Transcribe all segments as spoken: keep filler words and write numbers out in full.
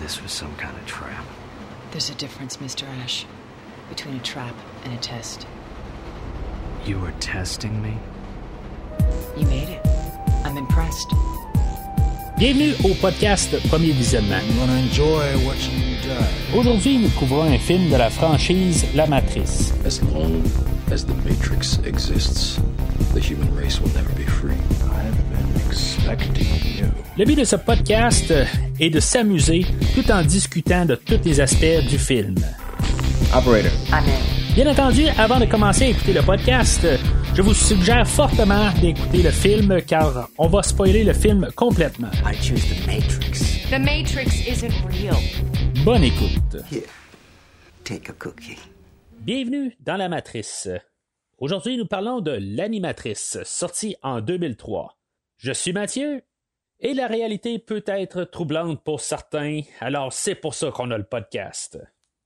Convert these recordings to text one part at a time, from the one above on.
this was some kind of trap. There's a difference, Mister Ash, between a trap and a test. You were testing me? You made it. I'm impressed. Bienvenue au podcast Premier Visionnement. Aujourd'hui, nous couvrons un film de la franchise La Matrice. As long as the Matrix exists, the human race will never be free. I've been expecting you. Le but de ce podcast est de s'amuser tout en discutant de tous les aspects du film. Operator. Amen. Bien entendu, avant de commencer à écouter le podcast, je vous suggère fortement d'écouter le film car on va spoiler le film complètement. I choose the Matrix. The Matrix isn't real. Bonne écoute. Here, take a cookie. Bienvenue dans La Matrice. Aujourd'hui, nous parlons de L'Animatrice, sortie en deux mille trois. Je suis Mathieu, et la réalité peut être troublante pour certains, alors c'est pour ça qu'on a le podcast.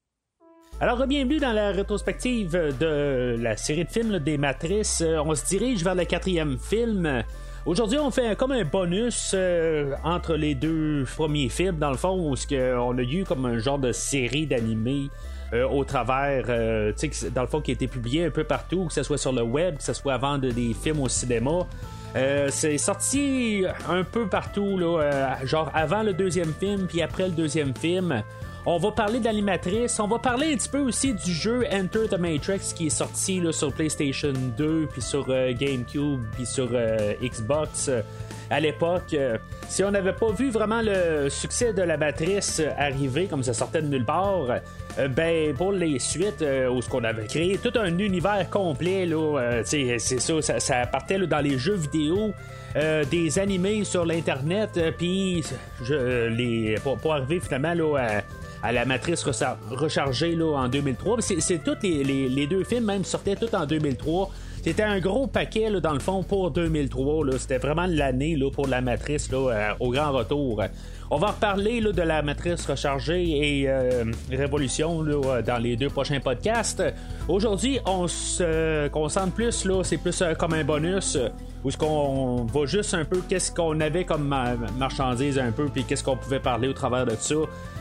Alors, bienvenue dans la rétrospective de la série de films là, des Matrices. On se dirige vers le quatrième film. Aujourd'hui, on fait comme un bonus euh, entre les deux premiers films, dans le fond, où on a eu comme un genre de série d'animés euh, au travers, euh, tu sais, dans le fond, qui a été publié un peu partout, que ce soit sur le web, que ce soit avant de, des films au cinéma. Euh, c'est sorti un peu partout, là, euh, genre avant le deuxième film, puis après le deuxième film. On va parler de l'animatrice, on va parler un petit peu aussi du jeu Enter the Matrix qui est sorti là, sur PlayStation deux, puis sur euh, GameCube, puis sur euh, Xbox euh, à l'époque. Euh, si on n'avait pas vu vraiment le succès de la matrice euh, arriver, comme ça sortait de nulle part, euh, ben pour les suites, euh, où ce qu'on avait créé tout un univers complet, là, euh, c'est ça, ça, ça partait là, dans les jeux vidéo. Euh, des animés sur l'internet, euh, puis euh, les pour, pour arriver finalement là, à, à la matrice rechargée là, en deux mille trois. C'est, c'est tous les, les, les deux films même sortaient tous en deux mille trois. C'était un gros paquet là, dans le fond pour deux mille trois. Là. C'était vraiment l'année là, pour la matrice là, euh, au grand retour. On va reparler là, de la matrice rechargée et euh, Révolution là, dans les deux prochains podcasts. Aujourd'hui, on se concentre plus, là, c'est plus euh, comme un bonus. Où est-ce qu'on va juste un peu qu'est-ce qu'on avait comme marchandise un peu, puis qu'est-ce qu'on pouvait parler au travers de ça.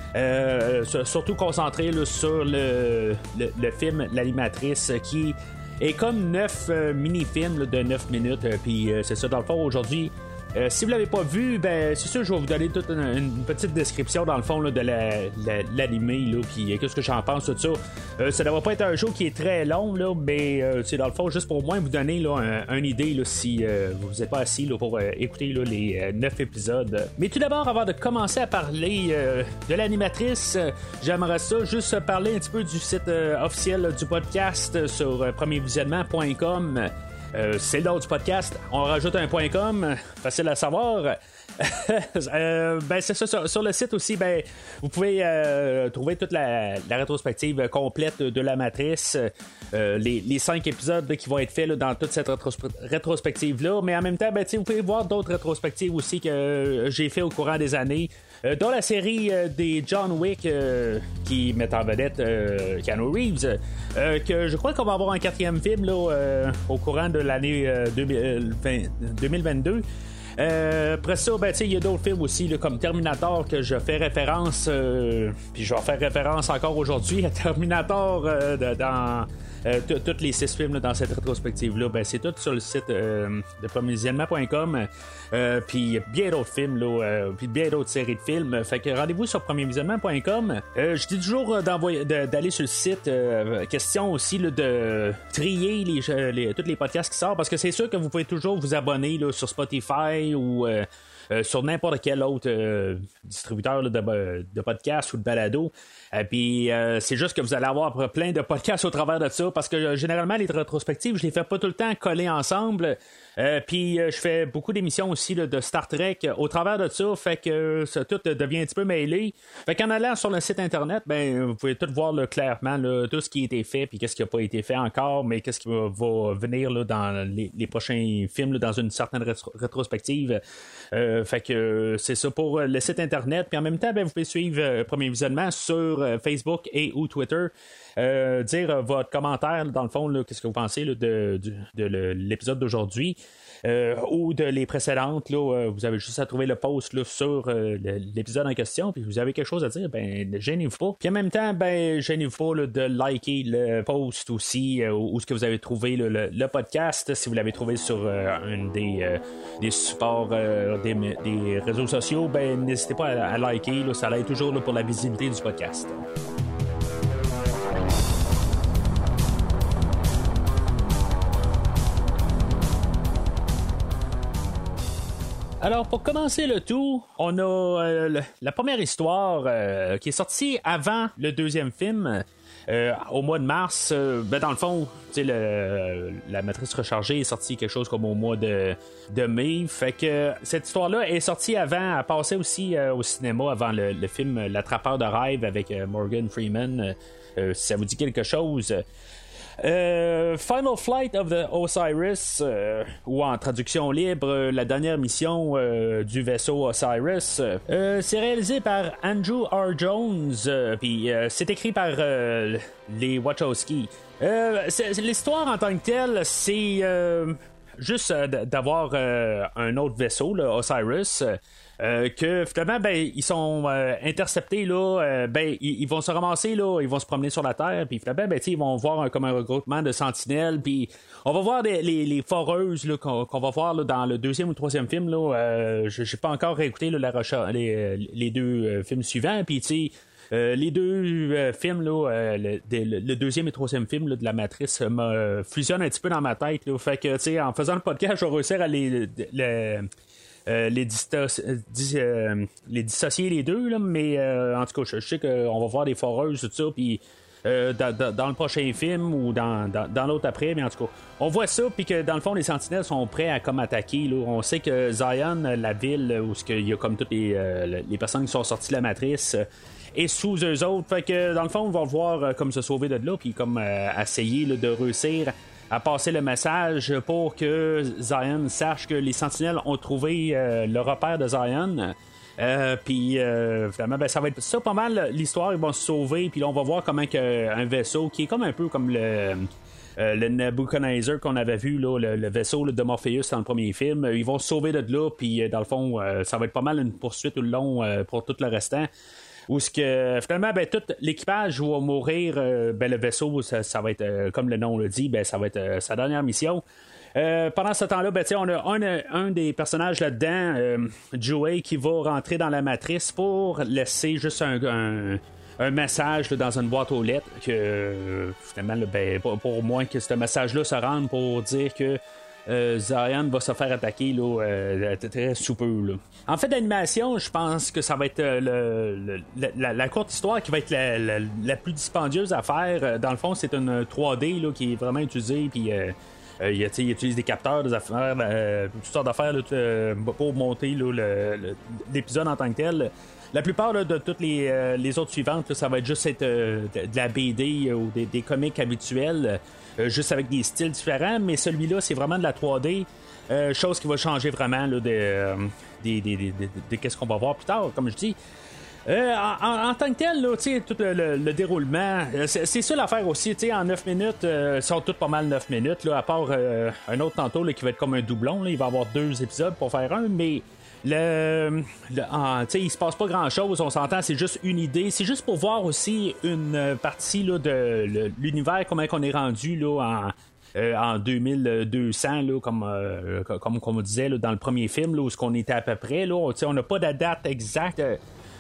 Euh, surtout concentré là, sur le, le, le film L'Animatrice, qui est comme neuf euh, mini-films là, de neuf minutes. Euh, puis euh, c'est ça, dans le fond, aujourd'hui. Euh, si vous l'avez pas vu, ben c'est sûr je vais vous donner toute une, une petite description dans le fond là, de la, la, l'animé là, puis euh, qu'est-ce que j'en pense tout ça. Euh, ça ne va pas être un show qui est très long là, mais euh, c'est dans le fond juste pour au moins vous donner là un, une idée là, si euh, vous n'êtes pas assis là, pour euh, écouter là, les euh, neuf épisodes. Mais tout d'abord, avant de commencer à parler euh, de l'animatrice, euh, j'aimerais ça juste parler un petit peu du site euh, officiel là, du podcast sur euh, premier visionnement point com. Euh, c'est le nom du podcast. On rajoute un .com, facile à savoir. euh, ben c'est ça, sur, sur le site aussi, ben vous pouvez euh, trouver toute la, la rétrospective complète de la matrice, euh, les, les cinq épisodes là, qui vont être faits là, dans toute cette rétrospe- rétrospective là, mais en même temps, ben, vous pouvez voir d'autres rétrospectives aussi que euh, j'ai fait au courant des années, euh, dont la série euh, des John Wick euh, qui met en vedette euh, Keanu Reeves, euh, que je crois qu'on va avoir un quatrième film là, euh, au courant de l'année euh, deux mille vingt, deux mille vingt-deux. Euh, après ça, ben, il y a d'autres films aussi là, comme Terminator que je fais référence, euh, puis je vais faire référence encore aujourd'hui à Terminator euh, de, dans euh, tous les six films là, dans cette rétrospective-là. Ben, c'est tout sur le site euh, de premier visionnement point com. Euh, puis bien d'autres films, là, euh, puis bien d'autres séries de films. Fait que rendez-vous sur premier visionnement point com. Euh, je dis toujours d'envoyer, de, d'aller sur le site. Euh, question aussi là, de trier les, les, tous les podcasts qui sortent, parce que c'est sûr que vous pouvez toujours vous abonner là, sur Spotify ou euh, euh, sur n'importe quel autre euh, distributeur là, de, de podcasts ou de balado. Euh, puis euh, c'est juste que vous allez avoir plein de podcasts au travers de ça, parce que euh, généralement les rétrospectives, je les fais pas tout le temps coller ensemble. Euh, puis euh, je fais beaucoup d'émissions aussi là, de Star Trek euh, au travers de ça, fait que euh, ça tout euh, devient un petit peu mêlé. Fait qu'en allant sur le site internet, ben vous pouvez tout voir là, clairement là, tout ce qui a été fait, puis qu'est-ce qui a pas été fait encore, mais qu'est-ce qui va, va venir là, dans les, les prochains films là, dans une certaine rétro- rétrospective. Euh, Euh, fait que euh, c'est ça pour le site internet. Puis en même temps, ben, vous pouvez suivre euh, Premier Visionnement sur euh, Facebook et ou Twitter. Euh, dire euh, votre commentaire, dans le fond, là, qu'est-ce que vous pensez là, de, de, de l'épisode d'aujourd'hui. Euh, ou de les précédentes, là, euh, vous avez juste à trouver le post là, sur euh, l'épisode en question, puis vous avez quelque chose à dire, ben gênez-vous pas. Puis en même temps, ben gênez-vous pas là, de liker le post aussi, euh, où ce que vous avez trouvé là, le, le podcast, si vous l'avez trouvé sur euh, un des, euh, des supports euh, des, des réseaux sociaux, ben n'hésitez pas à, à liker, là, ça aide toujours là, pour la visibilité du podcast. Alors, pour commencer le tout, on a euh, le, la première histoire euh, qui est sortie avant le deuxième film. Euh, au mois de mars, euh, ben dans le fond, le, la Matrice rechargée est sortie quelque chose comme au mois de, de mai. Fait que cette histoire-là est sortie avant, elle passait aussi euh, au cinéma avant le, le film L'Attrapeur de rêve avec euh, Morgan Freeman. Euh, si ça vous dit quelque chose. Euh, Final Flight of the Osiris, euh, ou en traduction libre, euh, la dernière mission euh, du vaisseau Osiris, euh, c'est réalisé par Andrew R. Jones, euh, puis euh, c'est écrit par euh, les Wachowski. Euh, c'est, c'est l'histoire en tant que telle, c'est euh, juste euh, d'avoir euh, un autre vaisseau, là, Osiris. Euh, que finalement ben ils sont euh, interceptés là, euh, ben ils, ils vont se ramasser là, ils vont se promener sur la Terre, puis finalement ben ils vont voir un, comme un regroupement de sentinelles, puis on va voir des, les, les foreuses là, qu'on, qu'on va voir là, dans le deuxième ou troisième film là. Euh, j'ai pas encore réécouté là, la recherche, les, les deux euh, films suivants, puis tu sais. Euh, les deux euh, films, là, euh, le, le, le deuxième et troisième film là, de la Matrice euh, me fusionnent un petit peu dans ma tête. Là, fait que, tu sais, en faisant le podcast, je vais réussir à les, les, les, euh, les, disto- dis, euh, les dissocier les deux. Là, mais euh, en tout cas, je, je sais qu'on va voir des foreuses, tout ça, puis euh, dans, dans, dans le prochain film ou dans, dans, dans l'autre après, mais en tout cas, on voit ça, puis que dans le fond, les sentinelles sont prêts à comme attaquer. Là. On sait que Zion, la ville où il y a comme toutes les, euh, les personnes qui sont sorties de la Matrice, et sous eux autres, fait que dans le fond on va voir euh, comme se sauver de là, puis comme euh, essayer là, de réussir à passer le message pour que Zion sache que les sentinelles ont trouvé euh, le repère de Zion. Euh, puis euh, finalement ben, ça va être ça pas mal l'histoire, ils vont se sauver, puis là on va voir comment que, un vaisseau qui est comme un peu comme le euh, le Nebuchadnezzar qu'on avait vu là, le, le vaisseau là, de Morpheus dans le premier film, ils vont se sauver de là, puis dans le fond euh, ça va être pas mal une poursuite tout le long euh, pour tout le restant. Où ce que finalement ben, tout l'équipage va mourir, euh, ben, le vaisseau ça, ça va être euh, comme le nom le dit, ben, ça va être euh, sa dernière mission. Euh, pendant ce temps-là, ben, on a un, un des personnages là-dedans, euh, Joey, qui va rentrer dans la Matrice pour laisser juste un, un, un message là, dans une boîte aux lettres que euh, finalement là, ben, pour, pour moins que ce message-là se rende pour dire que Euh, Zion va se faire attaquer là, euh, très sous peu. Là. En fait, d'animation, je pense que ça va être euh, le, le, la, la courte histoire qui va être la, la, la plus dispendieuse à faire. Dans le fond, c'est une trois D là, qui est vraiment utilisée. Puis, euh, euh, il, il utilise des capteurs, des affaires, euh, toutes sortes d'affaires là, pour monter là, le, le, l'épisode en tant que tel. La plupart là, de toutes les, euh, les autres suivantes, là, ça va être juste être, euh, de, de la B D ou des, des comics habituels. Euh, juste avec des styles différents, mais celui-là, c'est vraiment de la trois D, euh, chose qui va changer vraiment là, de, euh, de, de, de, de, de qu'est-ce qu'on va voir plus tard, comme je dis. Euh, en, en tant que tel, là, tout le, le, le déroulement, c'est, c'est ça l'affaire aussi. En neuf minutes, euh, sont toutes pas mal neuf minutes, là, à part euh, un autre tantôt là, qui va être comme un doublon. Là, il va y avoir deux épisodes pour faire un, mais le, le en, il se passe pas grand chose, on s'entend, c'est juste une idée, c'est juste pour voir aussi une partie là, de le, l'univers, comment on est rendu là, en, euh, en deux mille deux cents là, comme, euh, comme, comme on disait là, dans le premier film là, où ce qu'on était à peu près là, on n'a pas de date exacte euh,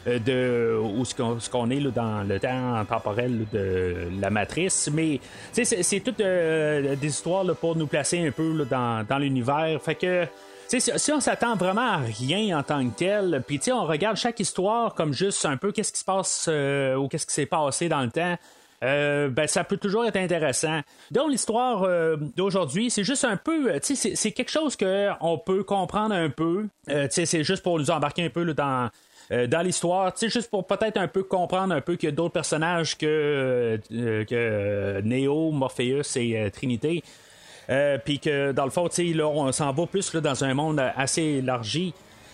de où ce qu'on, ce qu'on est là, dans le temps temporel là, de la Matrice, mais c'est, c'est toutes euh, des histoires là, pour nous placer un peu là, dans, dans l'univers, fait que t'sais, si on s'attend vraiment à rien en tant que tel, puis on regarde chaque histoire comme juste un peu qu'est-ce qui se passe euh, ou qu'est-ce qui s'est passé dans le temps, euh, ben ça peut toujours être intéressant. Donc l'histoire euh, d'aujourd'hui, c'est juste un peu, c'est, c'est quelque chose qu'on peut comprendre un peu. Euh, c'est juste pour nous embarquer un peu là, dans euh, dans l'histoire, juste pour peut-être un peu comprendre un peu qu'il y a d'autres personnages que euh, que Neo, Morpheus et euh, Trinité. Euh, puis que dans le fond, là, on s'en va plus là, dans un monde assez élargi.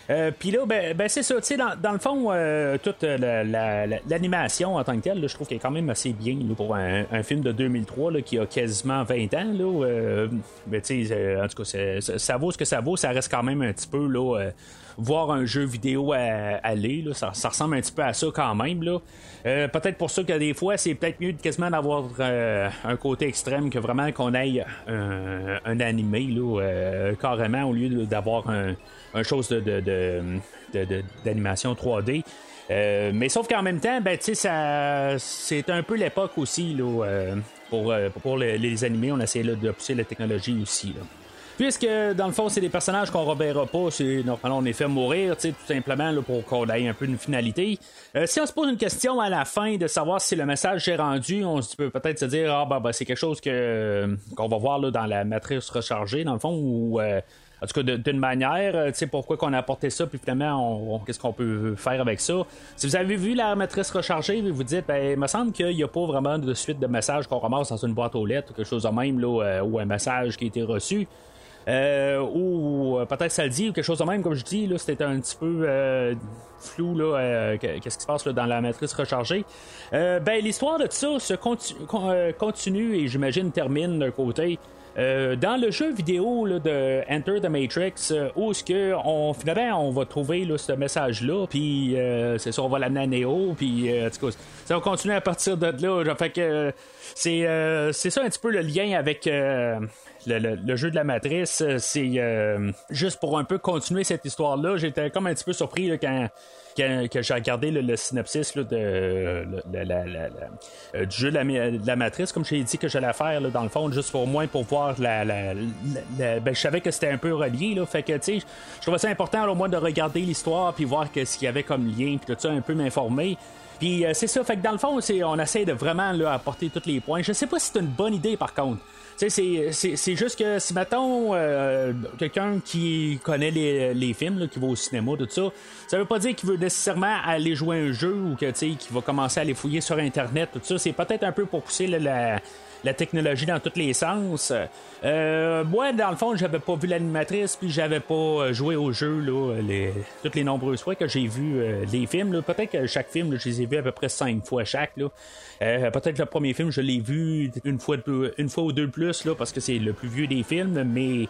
Euh, Puis là, ben, ben c'est ça, tu sais, dans, dans le fond, euh, toute la, la, la, l'animation en tant que telle, là, je trouve qu'elle est quand même assez bien là, pour un, un film de deux mille trois là, qui a quasiment vingt ans. Là, euh, ben, tu sais, euh, en tout cas, c'est, ça, ça vaut ce que ça vaut, ça reste quand même un petit peu là. Euh, voir un jeu vidéo à, aller, là, ça, ça ressemble un petit peu à ça quand même. Là. Euh, peut-être pour ça que des fois, c'est peut-être mieux quasiment d'avoir euh, un côté extrême que vraiment qu'on aille un, un animé là, euh, carrément au lieu d'avoir un, un chose de, de, de, de, de, d'animation trois D. Euh, mais sauf qu'en même temps, ben, ça, c'est un peu l'époque aussi là, euh, pour, pour les, les animés. On essaie là, de pousser la technologie aussi. Là. Puisque, dans le fond, c'est des personnages qu'on ne reverra pas, c'est normalement on les fait mourir, tout simplement là, pour qu'on ait un peu une finalité. Euh, si on se pose une question à la fin de savoir si le message est rendu, on peut peut-être se dire ah ben, ben c'est quelque chose que qu'on va voir là, dans la matrice rechargée, dans le fond, ou euh, en tout cas d'une manière, tu sais pourquoi qu'on a apporté ça, puis finalement, on, on, qu'est-ce qu'on peut faire avec ça. Si vous avez vu la matrice rechargée, vous vous dites, ben, il me semble qu'il n'y a pas vraiment de suite de messages qu'on ramasse dans une boîte aux lettres, ou quelque chose de même, là, euh, ou un message qui a été reçu. Euh, ou euh, peut-être ça le dit ou quelque chose de même, comme je dis là, c'était un petit peu euh, flou là, euh, qu'est-ce qui se passe là, dans la matrice rechargée. Euh, ben l'histoire de ça se continue, continue et j'imagine termine d'un côté. Euh, dans le jeu vidéo là, de Enter the Matrix, euh, où est-ce que on, finalement on va trouver là, ce message-là, puis euh, c'est ça, on va l'amener à Neo, puis euh, en tout cas, ça va continuer à partir de là. Genre, fait que euh, c'est, euh, c'est ça un petit peu le lien avec euh, le, le, le jeu de la matrice. C'est euh, juste pour un peu continuer cette histoire-là. J'étais comme un petit peu surpris là, quand. Que, que j'ai regardé le, le synopsis là, de, le, la, la, la, la, du jeu de la, de la matrice, comme j'ai dit que j'allais faire là, dans le fond, juste au moins pour voir la, la, la, la ben, je savais que c'était un peu relié, là, fait que tu sais, je trouvais ça important là, au moins de regarder l'histoire puis voir que, ce qu'il y avait comme lien puis tout ça, un peu m'informer. Puis euh, c'est ça, fait que dans le fond, c'est, on essaie de vraiment là, apporter tous les points. Je sais pas si c'est une bonne idée par contre. Tu sais, c'est, c'est, c'est juste que si, mettons, euh, quelqu'un qui connaît les, les films, là, qui va au cinéma, tout ça, ça veut pas dire qu'il veut nécessairement aller jouer un jeu ou que, tu sais, qu'il va commencer à aller fouiller sur Internet, tout ça. C'est peut-être un peu pour pousser là, la... la technologie dans tous les sens. Euh, moi, dans le fond, j'avais pas vu l'animatrice, puis j'avais pas joué au jeu là, les, toutes les nombreuses fois que j'ai vu euh, les films. Là. Peut-être que chaque film, là, je les ai vus à peu près cinq fois chaque. Là. Euh, peut-être le premier film, je l'ai vu une fois, de, une fois ou deux de plus, là, parce que c'est le plus vieux des films, mais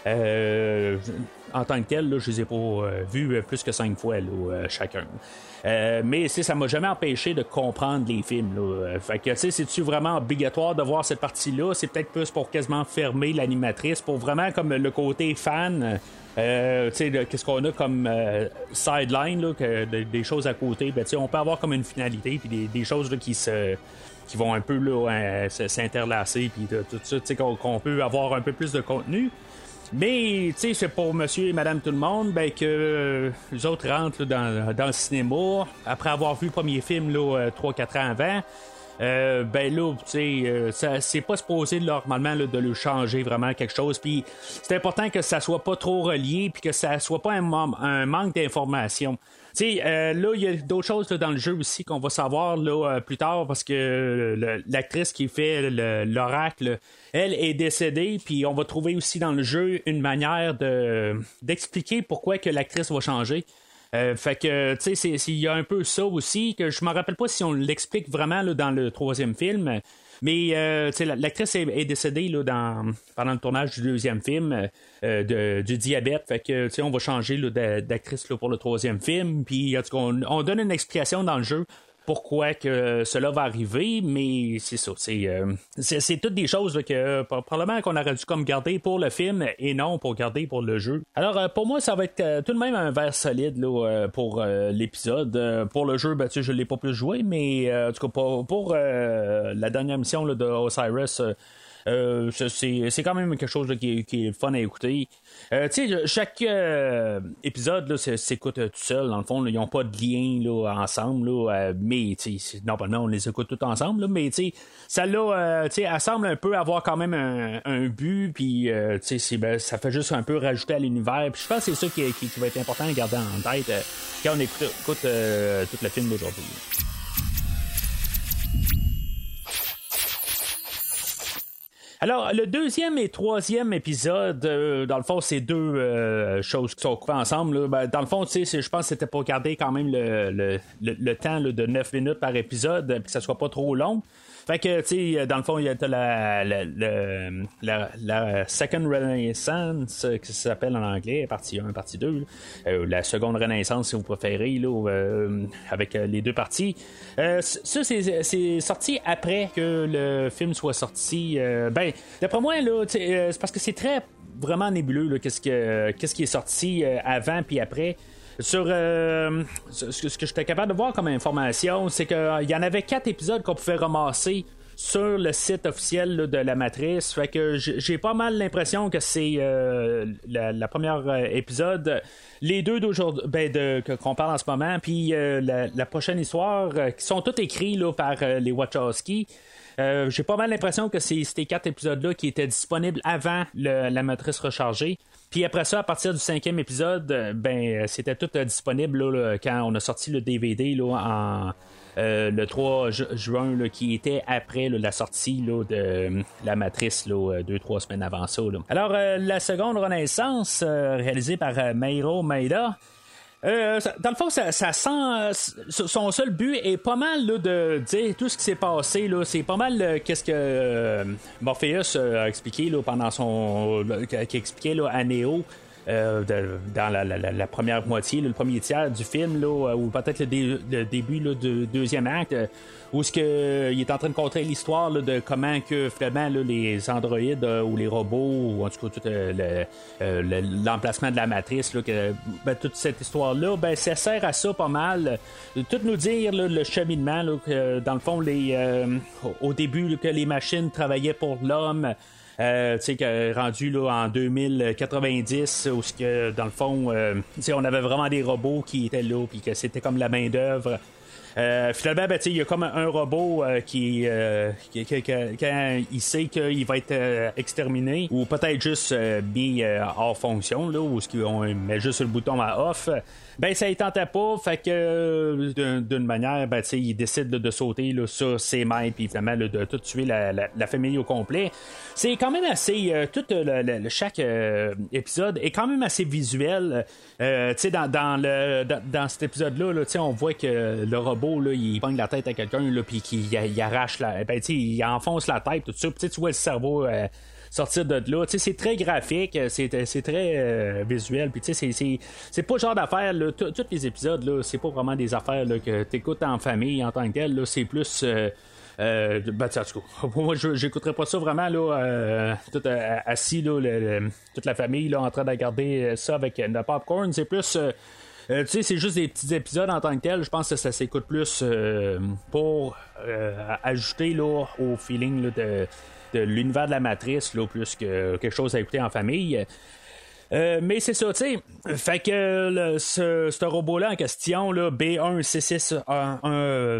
euh, en tant que tel, là, je les ai pas euh, vus plus que cinq fois là, euh, chacun. Euh, mais ça m'a jamais empêché de comprendre les films. Là. Fait que c'est-tu vraiment obligatoire de voir cette partie-là? C'est peut-être plus pour quasiment fermer l'animatrice, pour vraiment comme le côté fan. Euh, qu'est-ce qu'on a comme euh, sideline, là, que, de, des choses à côté. Ben, on peut avoir comme une finalité, puis des, des choses là, qui se qui vont un peu là, euh, s'interlacer, puis tout ça, qu'on, qu'on peut avoir un peu plus de contenu. Mais, tu sais, c'est pour monsieur et madame tout le monde, ben, que euh, les autres rentrent là, dans, dans le cinéma, après avoir vu le premier film, là, trois quatre ans avant, euh, ben là, tu sais, euh, ça, c'est pas supposé, normalement, là, de le changer vraiment quelque chose, puis c'est important que ça soit pas trop relié, puis que ça soit pas un, un manque d'information. Tu sais, euh, là, il y a d'autres choses là, dans le jeu aussi qu'on va savoir là, euh, plus tard, parce que le, l'actrice qui fait le, l'oracle, elle est décédée, puis on va trouver aussi dans le jeu une manière de d'expliquer pourquoi que l'actrice va changer. Euh, fait que, tu sais, il y a un peu ça aussi, que je me rappelle pas si on l'explique vraiment là, dans le troisième film. Mais euh, l'actrice est, est décédée là, dans, pendant le tournage du deuxième film euh, de, du diabète. Fait que on va changer là, d'actrice là, pour le troisième film. Puis en tout cas, on, on donne une explication dans le jeu pourquoi que cela va arriver, mais c'est ça, c'est, euh, c'est, c'est toutes des choses là, que euh, probablement qu'on aurait dû comme garder pour le film et non pour garder pour le jeu. Alors euh, pour moi, ça va être euh, tout de même un verre solide là, euh, pour euh, l'épisode. Euh, pour le jeu, ben, tu sais, je l'ai pas plus joué, mais euh, en tout cas pour, pour euh, la dernière mission là, de Osiris, euh, Euh, c'est, c'est quand même quelque chose là, qui, qui est fun à écouter. Euh, tu sais, chaque euh, épisode là, s'écoute tout seul. Dans le fond, là, ils n'ont pas de lien là, ensemble. Là, euh, mais normalement, on les écoute tous ensemble. Là, mais ça là, euh, elle semble un peu avoir quand même un, un but. Puis euh, ben, ça fait juste un peu rajouter à l'univers. Puis je pense que c'est ça qui, qui, qui va être important à garder en tête euh, quand on écoute, écoute euh, tout le film d'aujourd'hui. Alors, le deuxième et troisième épisode, euh, dans le fond, c'est deux euh, choses qui sont coupées ensemble. Là. Ben, dans le fond, tu sais, je pense que c'était pour garder quand même le, le, le, le temps là, de neuf minutes par épisode, puis que ça soit pas trop long. Fait que, tu sais, dans le fond, il y a la, la, la, la, la Second Renaissance, qui s'appelle en anglais, partie un, partie deux. Euh, la Seconde Renaissance, si vous préférez, là, euh, avec les deux parties. Euh, ça, c'est, c'est sorti après que le film soit sorti. Euh, ben, d'après moi, là, c'est parce que c'est très vraiment nébuleux, là, qu'est-ce, que, qu'est-ce qui est sorti avant puis après. Sur euh, ce que j'étais capable de voir comme information, c'est qu'il euh, y en avait quatre épisodes qu'on pouvait ramasser sur le site officiel là, de la Matrice. Fait que j'ai pas mal l'impression que c'est euh, la, la première euh, épisode, les deux d'aujourd'hui, ben, de, qu'on parle en ce moment, puis euh, la, la prochaine histoire, euh, qui sont tous écrits là, par euh, les Wachowski. Euh, j'ai pas mal l'impression que c'est ces quatre épisodes-là qui étaient disponibles avant le, la Matrice rechargée. Puis après ça, à partir du cinquième épisode, ben c'était tout euh, disponible là, là, quand on a sorti le D V D là, en euh, le trois juin, là, qui était après là, la sortie là, de euh, la Matrice, là, deux, trois semaines avant ça. Là. Alors, euh, la Seconde Renaissance, euh, réalisée par euh, Meiro Maeda. Euh, dans le fond, ça, ça sent. Euh, son seul but est pas mal là, de dire tout ce qui s'est passé. Là, c'est pas mal euh, qu'est-ce que euh, Morpheus euh, a expliqué là, pendant son. Euh, qui a expliqué là, à Neo. Euh, de, dans la, la, la première moitié, là, le premier tiers du film, là, ou peut-être le, dé, le début là, du deuxième acte, où ce que il est en train de conter l'histoire là, de comment que finalement là, les androïdes euh, ou les robots, ou en tout cas tout euh, le, euh, le, l'emplacement de la matrice, là, que, ben, toute cette histoire-là, ben, ça sert à ça pas mal, de tout nous dire là, le cheminement, là, que dans le fond, les, euh, au début, là, que les machines travaillaient pour l'homme. Euh, tu sais, rendu là, en deux mille quatre-vingt-dix, où que, dans le fond, euh, on avait vraiment des robots qui étaient là, puis que c'était comme la main-d'œuvre. Euh, finalement, ben, il y a comme un robot euh, qui, euh, qui, qui, qui, quand il sait qu'il va être euh, exterminé, ou peut-être juste euh, mis euh, hors fonction, là, où on met juste le bouton à off, ben ça il tentait pas, fait que euh, d'une, d'une manière, ben il décide de, de sauter là, sur ses mains, puis finalement là, de tout tuer la, la, la famille au complet. C'est quand même assez, euh, tout le, le, chaque euh, épisode est quand même assez visuel. Euh, tu sais, dans, dans le dans, dans cet épisode-là, là, on voit que le robot là, il pogne la tête à quelqu'un, là, puis qu'il il arrache la, ben tu sais, il enfonce la tête, tout ça, puis tu vois le cerveau. Euh, sortir de là, tu sais, c'est très graphique, c'est, c'est très euh, visuel, puis tu sais, c'est, c'est, c'est pas le genre d'affaires, là, tous les épisodes, là, c'est pas vraiment des affaires là, que t'écoutes en famille en tant que tel, là, c'est plus... Euh, Euh, ben, en tout cas, moi je, j'écouterais pas ça vraiment là, euh, tout euh, assis là, le, le, toute la famille là, en train de regarder ça avec le popcorn. C'est plus euh, euh, tu sais, c'est juste des petits épisodes en tant que tel. Je pense que ça s'écoute plus euh, pour euh, ajouter là, au feeling là, de, de l'univers de la Matrice là, plus que quelque chose à écouter en famille. Euh, mais c'est ça, tu sais. Fait que le, ce, ce robot-là en question, là, B un six six E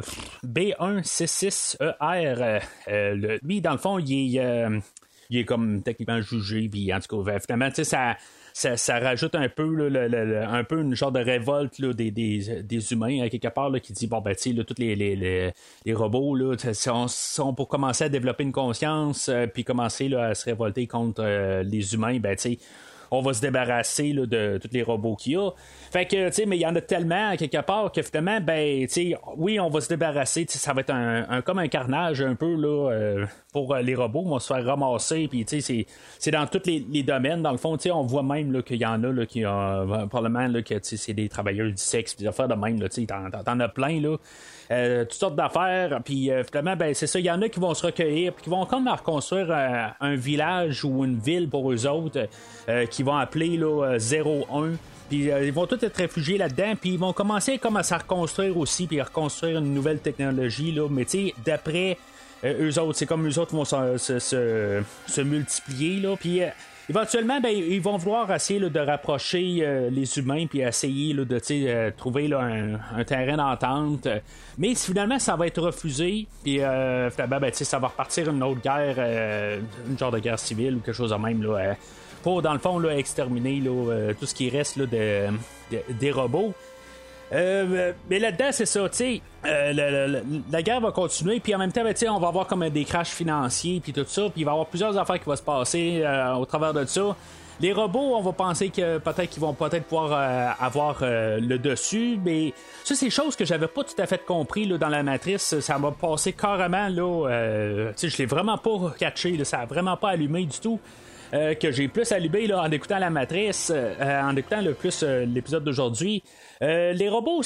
R, euh, le, lui, dans le fond, il est, euh, il est comme techniquement jugé, puis en tout cas, finalement, tu sais, ça, ça, ça rajoute un peu, là, le, le, le, un peu une genre de révolte là, des, des, des humains, à quelque part, là, qui dit, bon, ben, tu sais, tous les, les, les, les robots, là, sont, sont pour commencer à développer une conscience, euh, puis commencer là, à se révolter contre euh, les humains, ben, tu sais, on va se débarrasser là, de tous les robots qu'il y a. Fait que, tu sais, mais il y en a tellement, à quelque part, que finalement, ben, tu sais, oui, on va se débarrasser, ça va être un, un, comme un carnage un peu, là, euh, pour euh, les robots, on va se faire ramasser, puis, tu sais, c'est, c'est dans tous les, les domaines, dans le fond, tu sais, on voit même, là, qu'il y en a, là, qui ont, probablement, là, que, tu sais, c'est des travailleurs du sexe, des affaires de même, là, tu sais, t'en, t'en as plein, là. Euh, toutes sortes d'affaires, puis euh, finalement, ben, c'est ça, il y en a qui vont se recueillir, puis qui vont comme reconstruire euh, un village ou une ville pour eux autres, euh, qui vont appeler là, zéro un, puis euh, ils vont tous être réfugiés là-dedans, puis ils vont commencer comme à se reconstruire aussi, puis à reconstruire une nouvelle technologie, là, mais tu sais, d'après euh, eux autres, c'est comme eux autres vont se, se, se, se multiplier, là, puis... Euh, éventuellement, ben, ils vont vouloir essayer là, de rapprocher euh, les humains puis essayer là, de euh, trouver là, un, un terrain d'entente. Mais finalement, ça va être refusé. Puis euh, finalement, ben, ça va repartir une autre guerre, euh, une genre de guerre civile ou quelque chose de même. Là, euh, pour, dans le fond, là, exterminer là, euh, tout ce qui reste là, de, de, des robots. Euh, mais là-dedans, c'est ça, tu sais, euh, la, la, la guerre va continuer, puis en même temps, ben, on va avoir comme des crashs financiers, puis tout ça, puis il va y avoir plusieurs affaires qui vont se passer euh, au travers de ça. Les robots, on va penser que peut-être qu'ils vont peut-être pouvoir euh, avoir euh, le dessus, mais ça, c'est des choses que j'avais pas tout à fait compris là, dans la matrice. Ça m'a passé carrément, là, euh, tu sais, je l'ai vraiment pas catché, là, ça a vraiment pas allumé du tout. Euh, que j'ai plus allumé là, en écoutant la matrice, euh, en écoutant le plus euh, l'épisode d'aujourd'hui. Euh, les robots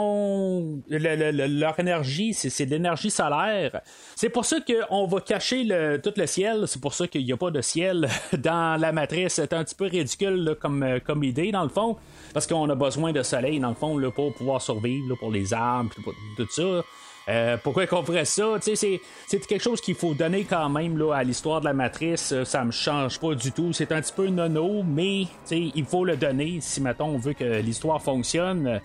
sont le, le, le, leur énergie, c'est, c'est de l'énergie solaire. C'est pour ça qu'on va cacher le, tout le ciel. C'est pour ça qu'il n'y a pas de ciel dans la matrice. C'est un petit peu ridicule là, comme, comme idée dans le fond, parce qu'on a besoin de soleil dans le fond là, pour pouvoir survivre, là, pour les arbres, pour tout ça. Euh, pourquoi qu'on ferait ça? C'est, c'est quelque chose qu'il faut donner quand même là, à l'histoire de la matrice. Ça me change pas du tout. C'est un petit peu nono, mais il faut le donner si, mettons, on veut que l'histoire fonctionne.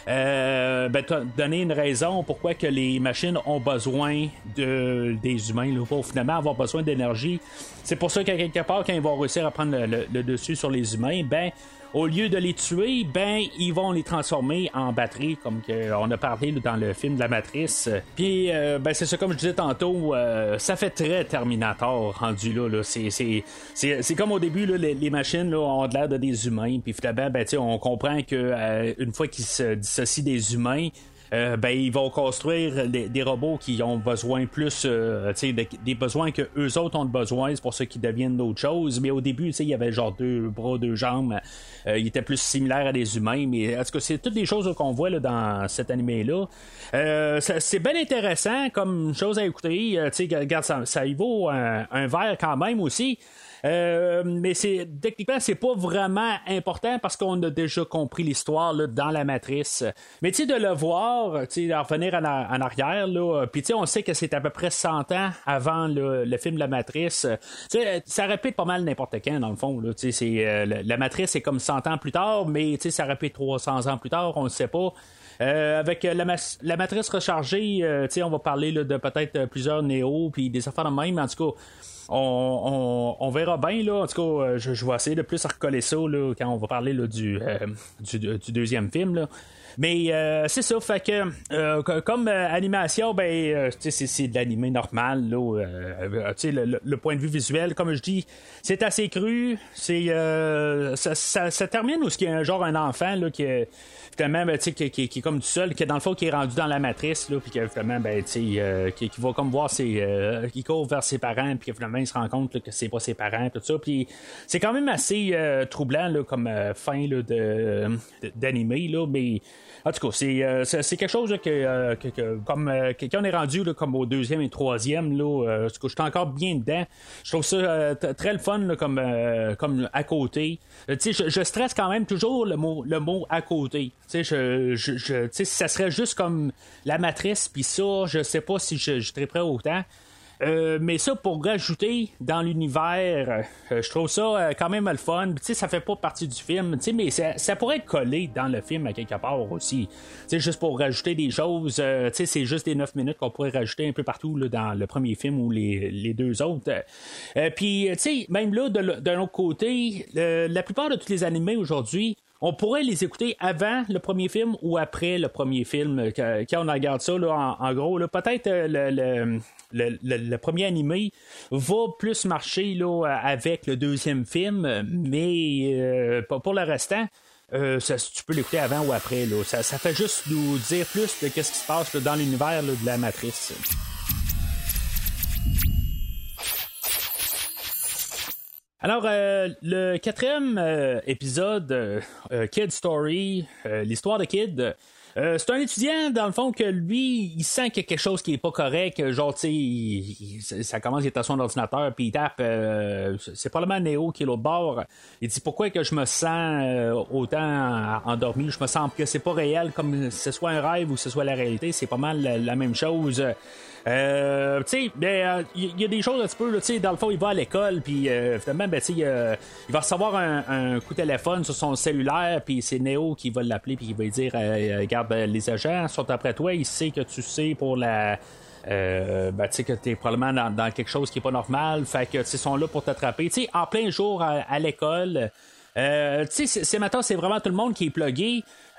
Euh, ben, donner une raison pourquoi que les machines ont besoin de, des humains là, pour finalement avoir besoin d'énergie. C'est pour ça qu'à quelque part, quand ils vont réussir à prendre le, le, le dessus sur les humains, ben au lieu de les tuer, ben ils vont les transformer en batterie, comme que on a parlé là, dans le film de la Matrice. Puis euh, ben c'est ça, comme je disais tantôt, euh, ça fait très Terminator rendu là. là. C'est, c'est, c'est, c'est comme au début, là, les, les machines là, ont l'air de des humains. Puis finalement, ben, on comprend que euh, une fois qu'ils se dissocient des humains, Euh, ben ils vont construire des, des robots qui ont besoin plus euh, de, des besoins que eux autres ont besoin, c'est pour ça qu'ils deviennent d'autres choses. Mais au début, il y avait genre deux bras, deux jambes, euh, ils étaient plus similaires à des humains, mais en tout cas c'est toutes des choses là, qu'on voit là, dans cet animé là. Euh, ça, c'est bien intéressant comme chose à écouter. Euh, regarde, ça, ça y vaut un, un verre quand même aussi. Euh, mais c'est techniquement c'est pas vraiment important parce qu'on a déjà compris l'histoire là, dans la matrice. Mais tu sais, de le voir, tu sais, revenir en, en arrière là, puis tu sais, on sait que c'est à peu près cent ans avant le, le film de la matrice. Tu sais, ça répète pas mal n'importe quand dans le fond là. Tu sais, c'est euh, la matrice c'est comme cent ans plus tard, mais tu sais, ça répète trois cents ans plus tard, on le sait pas. Euh, avec la, ma- la matrice rechargée, euh, on va parler là, de peut-être plusieurs néos puis des affaires de même. En tout cas, on, on, on verra bien là. En tout cas, je, je vais essayer de plus recoller ça là, quand on va parler là, du, euh, du, du deuxième film là. Mais euh, c'est ça, fait que euh, comme euh, animation, ben euh, c'est, c'est de l'animé normal là, euh, le, le, le point de vue visuel, comme je dis, c'est assez cru. C'est euh, ça, ça, ça termine où il y a genre un enfant là, qui finalement ben, qui, qui, qui est comme tout seul, qui dans le fond qui est rendu dans la matrice là, puis que finalement ben, euh, qui, qui va comme voir ses euh, qui court vers ses parents, puis que finalement il se rend compte là, que c'est pas ses parents, tout ça. Puis c'est quand même assez euh, troublant là, comme euh, fin là, de, de d'animé là, mais en tout cas, c'est, euh, c'est, c'est quelque chose là, que, euh, que, que comme euh, quand on est rendu là, comme au deuxième et troisième, là, euh, je suis encore bien dedans. Je trouve ça euh, t- très le fun là, comme, euh, comme à côté. Euh, tu sais, je, je stresse quand même toujours le mot, le mot à côté. Tu sais, je, je, je, si ça serait juste comme la matrice, puis ça, je sais pas si je, je triperais autant. Euh, mais ça, pour rajouter dans l'univers, euh, je trouve ça euh, quand même le fun. Tu sais, ça fait pas partie du film, tu sais, mais ça, ça pourrait être collé dans le film à quelque part aussi. Tu sais, juste pour rajouter des choses, euh, tu sais, c'est juste des neuf minutes qu'on pourrait rajouter un peu partout là, dans le premier film ou les, les deux autres. Euh, Puis, tu sais, même là, de, d'un autre côté, le, la plupart de tous les animés aujourd'hui, on pourrait les écouter avant le premier film ou après le premier film. Quand on regarde ça, là, en, en gros, là, peut-être euh, le, le, le, le, le premier animé va plus marcher là, avec le deuxième film, mais euh, pour le restant, euh, ça, tu peux l'écouter avant ou après. Là. Ça, ça fait juste nous dire plus de ce qui se passe là, dans l'univers là, de la Matrice. Alors, euh, le quatrième euh, épisode, euh, Kid Story, euh, l'histoire de Kid, euh, c'est un étudiant, dans le fond, que lui, il sent qu'il y a quelque chose qui est pas correct. Genre, tu sais, il, il, ça commence, il est à son ordinateur, puis il tape, euh, c'est probablement Néo qui est l'autre bord. Il dit, pourquoi que je me sens euh, autant endormi? Je me sens que c'est pas réel, comme ce soit un rêve ou ce soit la réalité. C'est pas mal la, la même chose. Euh, tu sais, ben, il euh, y, y a des choses un petit peu, tu sais, dans le fond, il va à l'école, puis euh, finalement, ben, tu sais, euh, il va recevoir un, un coup de téléphone sur son cellulaire, puis c'est Néo qui va l'appeler, puis il va lui dire, euh, regarde, les agents sont après toi, il sait que tu sais pour la... Euh, ben, tu sais que t'es probablement dans, dans quelque chose qui est pas normal, fait que, tu sais, ils sont là pour t'attraper, tu sais, en plein jour à, à l'école. Euh, tu sais, c'est, c'est maintenant, c'est vraiment tout le monde qui est plugué.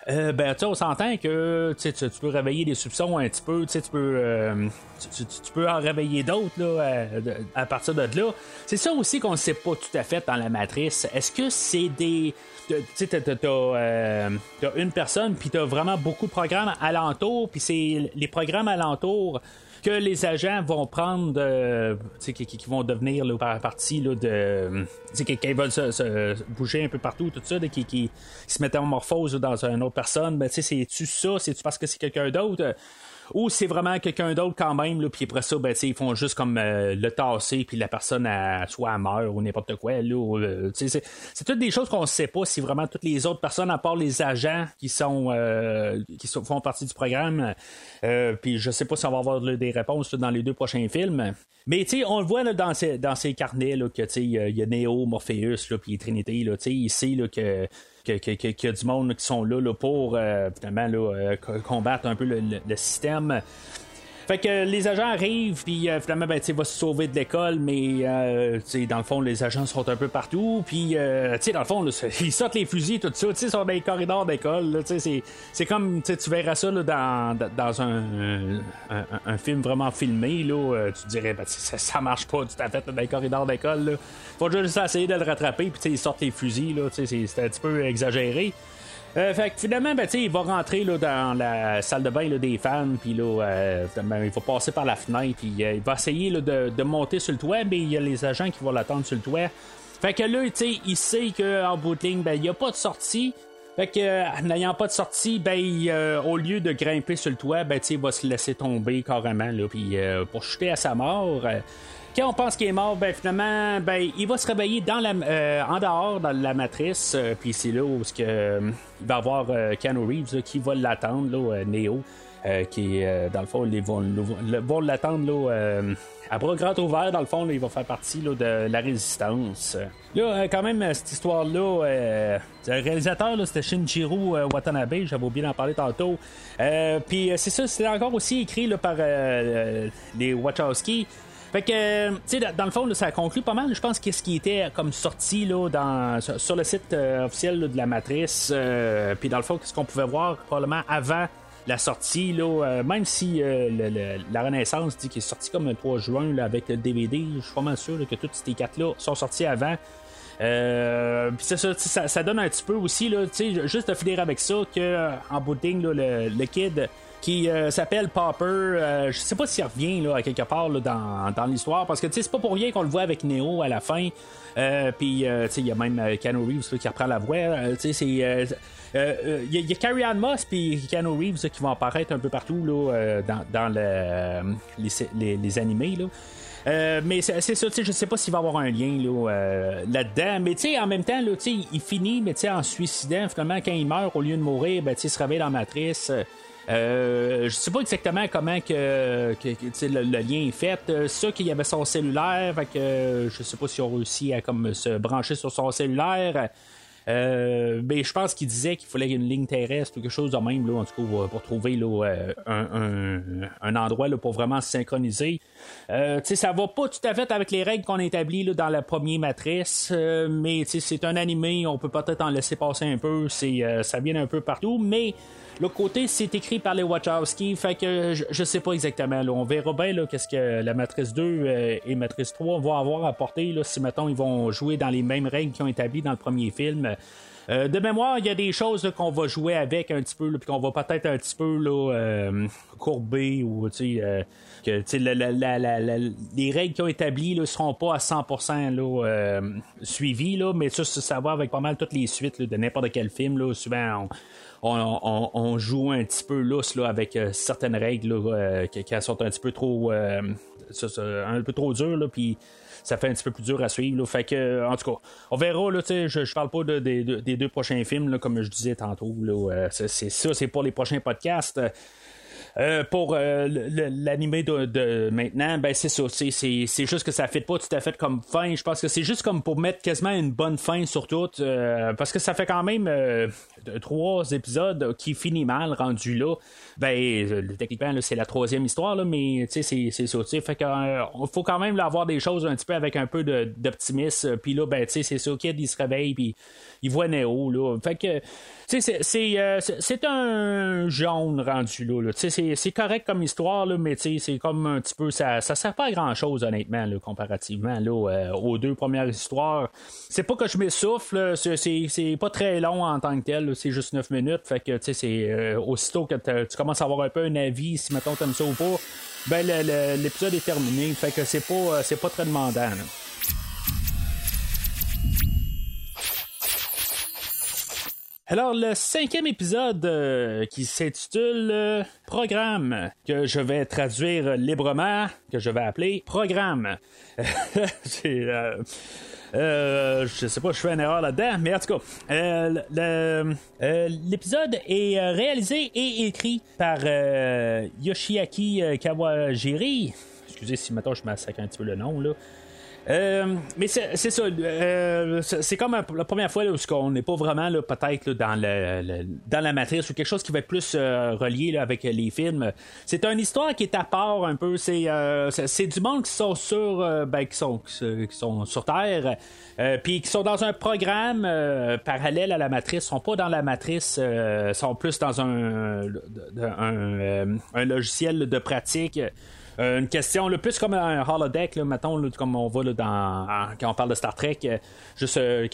Euh, ben, tu sais, on s'entend que tu, tu peux réveiller des soupçons un petit peu, tu peux, euh, tu, tu, tu peux en réveiller d'autres là, à, à partir de là. C'est ça aussi qu'on ne sait pas tout à fait dans la matrice. Est-ce que c'est des... Tu sais, t'as, t'as, t'as, euh, t'as une personne, puis t'as vraiment beaucoup de programmes alentour, puis c'est les programmes alentour que les agents vont prendre, euh, qui, qui vont devenir là, par partie là, de, quand ils veulent se, se bouger un peu partout, tout ça, là, qui, qui, qui se métamorphosent là, dans une autre personne. Ben, c'est-tu ça? C'est-tu parce que c'est quelqu'un d'autre? Ou c'est vraiment quelqu'un d'autre quand même, là, puis après ça, ben, ils font juste comme euh, le tasser, puis la personne, elle, soit elle meurt ou n'importe quoi. Là, ou, euh, c'est, c'est toutes des choses qu'on ne sait pas si vraiment toutes les autres personnes, à part les agents qui sont euh, qui sont, font partie du programme, euh, puis je sais pas si on va avoir là, des réponses là, dans les deux prochains films. Mais on le voit là, dans, ces, dans ces carnets là, que il y a Neo, Morpheus, puis Trinité, là, il sait là, que qu'il que, que, que y a du monde là, qui sont là, là pour euh, finalement là, euh, combattre un peu le, le, le système. Fait que les agents arrivent, puis euh, finalement, ben, tu sais, va se sauver de l'école, mais euh, tu sais, dans le fond, les agents sont un peu partout, puis euh, tu sais, dans le fond, là, ils sortent les fusils, tout ça, tu sais, ils sont dans les corridors d'école, tu sais, c'est, c'est comme, tu sais, tu verras ça là, dans, dans un, un, un, un film vraiment filmé, là, euh, tu dirais, ben, ça, ça marche pas tout à fait là, dans les corridors d'école, là. Faut juste essayer de le rattraper, puis tu sais, ils sortent les fusils, là, tu sais, c'est, c'est un petit peu exagéré. Euh, fait que finalement, ben, il va rentrer là, dans la salle de bain là, des fans, puis là, euh, il va passer par la fenêtre, puis euh, il va essayer là, de, de monter sur le toit, mais il y a les agents qui vont l'attendre sur le toit. Fait que là, il sait qu'en bout de ligne, ben, il n'y a pas de sortie. Fait que, euh, n'ayant pas de sortie, ben, euh, au lieu de grimper sur le toit, ben, il va se laisser tomber carrément, là, puis euh, pour chuter à sa mort. Euh, Quand on pense qu'il est mort, ben finalement, ben il va se réveiller dans la, euh, en dehors dans la matrice, euh, puis c'est là où que, euh, il va y avoir euh, Keanu Reeves là, qui va l'attendre, là, euh, Neo, euh, qui euh, dans le fond, ils vont, vont l'attendre là, euh, à bras grands ouverts, dans le fond, là, il va faire partie là, de la résistance. Là, euh, quand même, cette histoire-là, euh, le réalisateur, là, c'était Shinichiro euh, Watanabe, j'avais oublié d'en parler tantôt. Euh, puis c'est ça, c'était encore aussi écrit là, par euh, les Wachowski. Fait que, tu sais, dans le fond, là, ça conclut pas mal, je pense, qu'est-ce qui était comme sorti là, dans, sur le site euh, officiel là, de la Matrice. Euh, Puis dans le fond, qu'est-ce qu'on pouvait voir probablement avant la sortie, là, euh, même si euh, le, le, la Renaissance dit qu'il est sorti comme le trois juin là, avec le D V D, je suis pas mal sûr là, que tous ces quatre-là sont sortis avant. Euh, puis c'est ça, ça, ça donne un petit peu aussi, là, juste de finir avec ça, que en bout de ligne, là, le, le kid qui euh, s'appelle Popper, euh, je sais pas s'il revient là, à quelque part là, dans, dans l'histoire, parce que c'est pas pour rien qu'on le voit avec Neo à la fin. Euh, puis euh, il y a même euh, Keanu Reeves là, qui reprend la voix. Euh, c'est il euh, euh, y, y a Carrie-Anne Moss puis Keanu Reeves là, qui vont apparaître un peu partout là, euh, dans, dans le, les, les, les animés là. Euh, mais c'est, c'est ça, je sais pas s'il va y avoir un lien là, euh, là-dedans. Mais en même temps, là, il finit mais en se suicidant. Finalement, quand il meurt, au lieu de mourir, ben, il se réveille dans la matrice. Euh, je sais pas exactement comment que, que, que le, le lien est fait. Euh, c'est sûr qu'il y avait son cellulaire, fait que euh, je sais pas s'ils ont réussi à comme se brancher sur son cellulaire. Euh, mais je pense qu'il disait qu'il fallait une ligne terrestre ou quelque chose de même, là, en tout cas, pour trouver là, un, un, un endroit là, pour vraiment se synchroniser. Euh, ça va pas tout à fait avec les règles qu'on a établies là, dans la première matrice, euh, mais c'est un animé, on peut peut-être en laisser passer un peu, c'est, euh, ça vient un peu partout, mais l'autre côté, c'est écrit par les Wachowski, fait que je, je sais pas exactement. Là. On verra bien là, qu'est-ce que la Matrice deux euh, et Matrice trois vont avoir à apporter, là, si, mettons, ils vont jouer dans les mêmes règles qu'ils ont établies dans le premier film. Euh, de mémoire, il y a des choses là, qu'on va jouer avec un petit peu, puis qu'on va peut-être un petit peu là, euh, courber, ou tu sais, euh, que t'sais, la, la, la, la, la, les règles qui ont établies ne seront pas à cent pour cent là, euh, suivies, là, mais ça, ça va avec pas mal toutes les suites là, de n'importe quel film. Là, souvent, on, On, on, on joue un petit peu lousse là, avec euh, certaines règles là, euh, qui, qui sont un petit peu trop euh, ça, ça, un peu trop dures, là, puis ça fait un petit peu plus dur à suivre. Là, fait que, en tout cas, on verra. Là, je, je parle pas de, de, de, des deux prochains films, là, comme je disais tantôt. Là, euh, c'est, c'est ça, c'est pour les prochains podcasts. Euh, pour euh, l'animé de, de maintenant, ben c'est ça, c'est, c'est, c'est juste que ça fait pas tout à fait comme fin. Je pense que c'est juste comme pour mettre quasiment une bonne fin sur tout, euh, parce que ça fait quand même euh, trois épisodes qui finit mal rendu là. Ben euh, techniquement là, c'est la troisième histoire là, mais tu sais c'est, c'est ça, tu sais, fait que euh, faut quand même là, avoir des choses un petit peu avec un peu de, d'optimisme. Puis là ben tu sais c'est ça, Kid il se réveille puis il voit Neo là, fait que tu sais c'est c'est, euh, c'est c'est un jaune rendu là, là. Tu sais c'est C'est, c'est correct comme histoire, là, mais c'est comme un petit peu. Ça, ça sert pas à grand chose, honnêtement, là, comparativement là, euh, aux deux premières histoires. C'est pas que je m'essouffle, c'est, c'est, c'est pas très long en tant que tel, là, c'est juste neuf minutes. Fait que c'est euh, aussitôt que tu commences à avoir un peu un avis, si mettons t'aimes ça ou pas, ben le, le, l'épisode est terminé. Fait que c'est pas, c'est pas très demandant. Là. Alors, le cinquième épisode euh, qui s'intitule euh, Programme, que je vais traduire librement, que je vais appeler Programme. C'est, euh, euh, je sais pas, je fais une erreur là-dedans, mais en tout cas, euh, le, euh, l'épisode est réalisé et écrit par euh, Yoshiaki Kawajiri. Excusez si maintenant je massacre un petit peu le nom, là. Euh, mais c'est, c'est ça, euh, c'est, c'est comme la première fois là, où on n'est pas vraiment là, peut-être là, dans, le, le, dans la matrice ou quelque chose qui va être plus euh, relié là, avec les films. C'est une histoire qui est à part un peu. C'est, euh, c'est, c'est du monde qui sont sur, euh, ben, qui sont, qui sont sur Terre, euh, puis qui sont dans un programme euh, parallèle à la matrice. Ils sont pas dans la matrice, euh, sont plus dans un, un, un, un logiciel de pratique. Euh, une question là, plus comme un holodeck, là, mettons, là, comme on voit là, dans, en, quand on parle de Star Trek, euh, juste euh,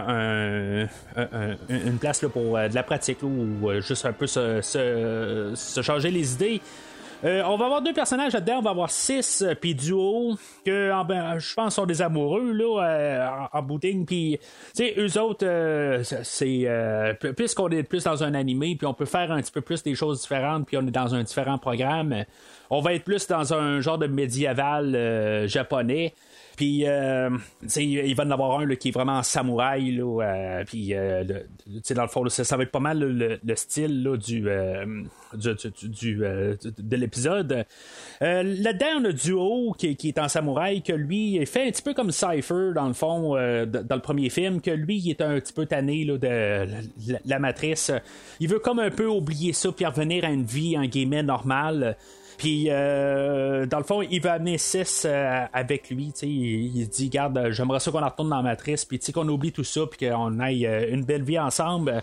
un, un, un, une place là, pour euh, de la pratique, là, ou euh, juste un peu se, se, se changer les idées. Euh, on va avoir deux personnages là-dedans, on va avoir six euh, puis duo que en, ben, je pense sont des amoureux là euh, en, en bout de ligne, puis tu sais eux autres euh, c'est euh, puisqu'on est plus dans un animé puis on peut faire un petit peu plus des choses différentes puis on est dans un différent programme, on va être plus dans un genre de médiéval euh, japonais. Puis, euh, il va y en avoir un là, qui est vraiment samouraï. Là, euh, puis, euh, dans le fond, là, ça, ça va être pas mal là, le, le style là, du, euh, du, du, du euh, de l'épisode. Euh, là-dedans, on a Duo qui, qui est en samouraï, que lui, il fait un petit peu comme Cypher, dans le fond, euh, dans le premier film, que lui, il est un petit peu tanné là, de la, la matrice. Il veut comme un peu oublier ça, puis revenir à une vie, en guillemets, normale. Puis, euh, dans le fond, il va amener six euh, avec lui. Il, il dit, garde, j'aimerais ça qu'on en retourne dans la matrice, puis qu'on oublie tout ça, puis qu'on aille euh, une belle vie ensemble.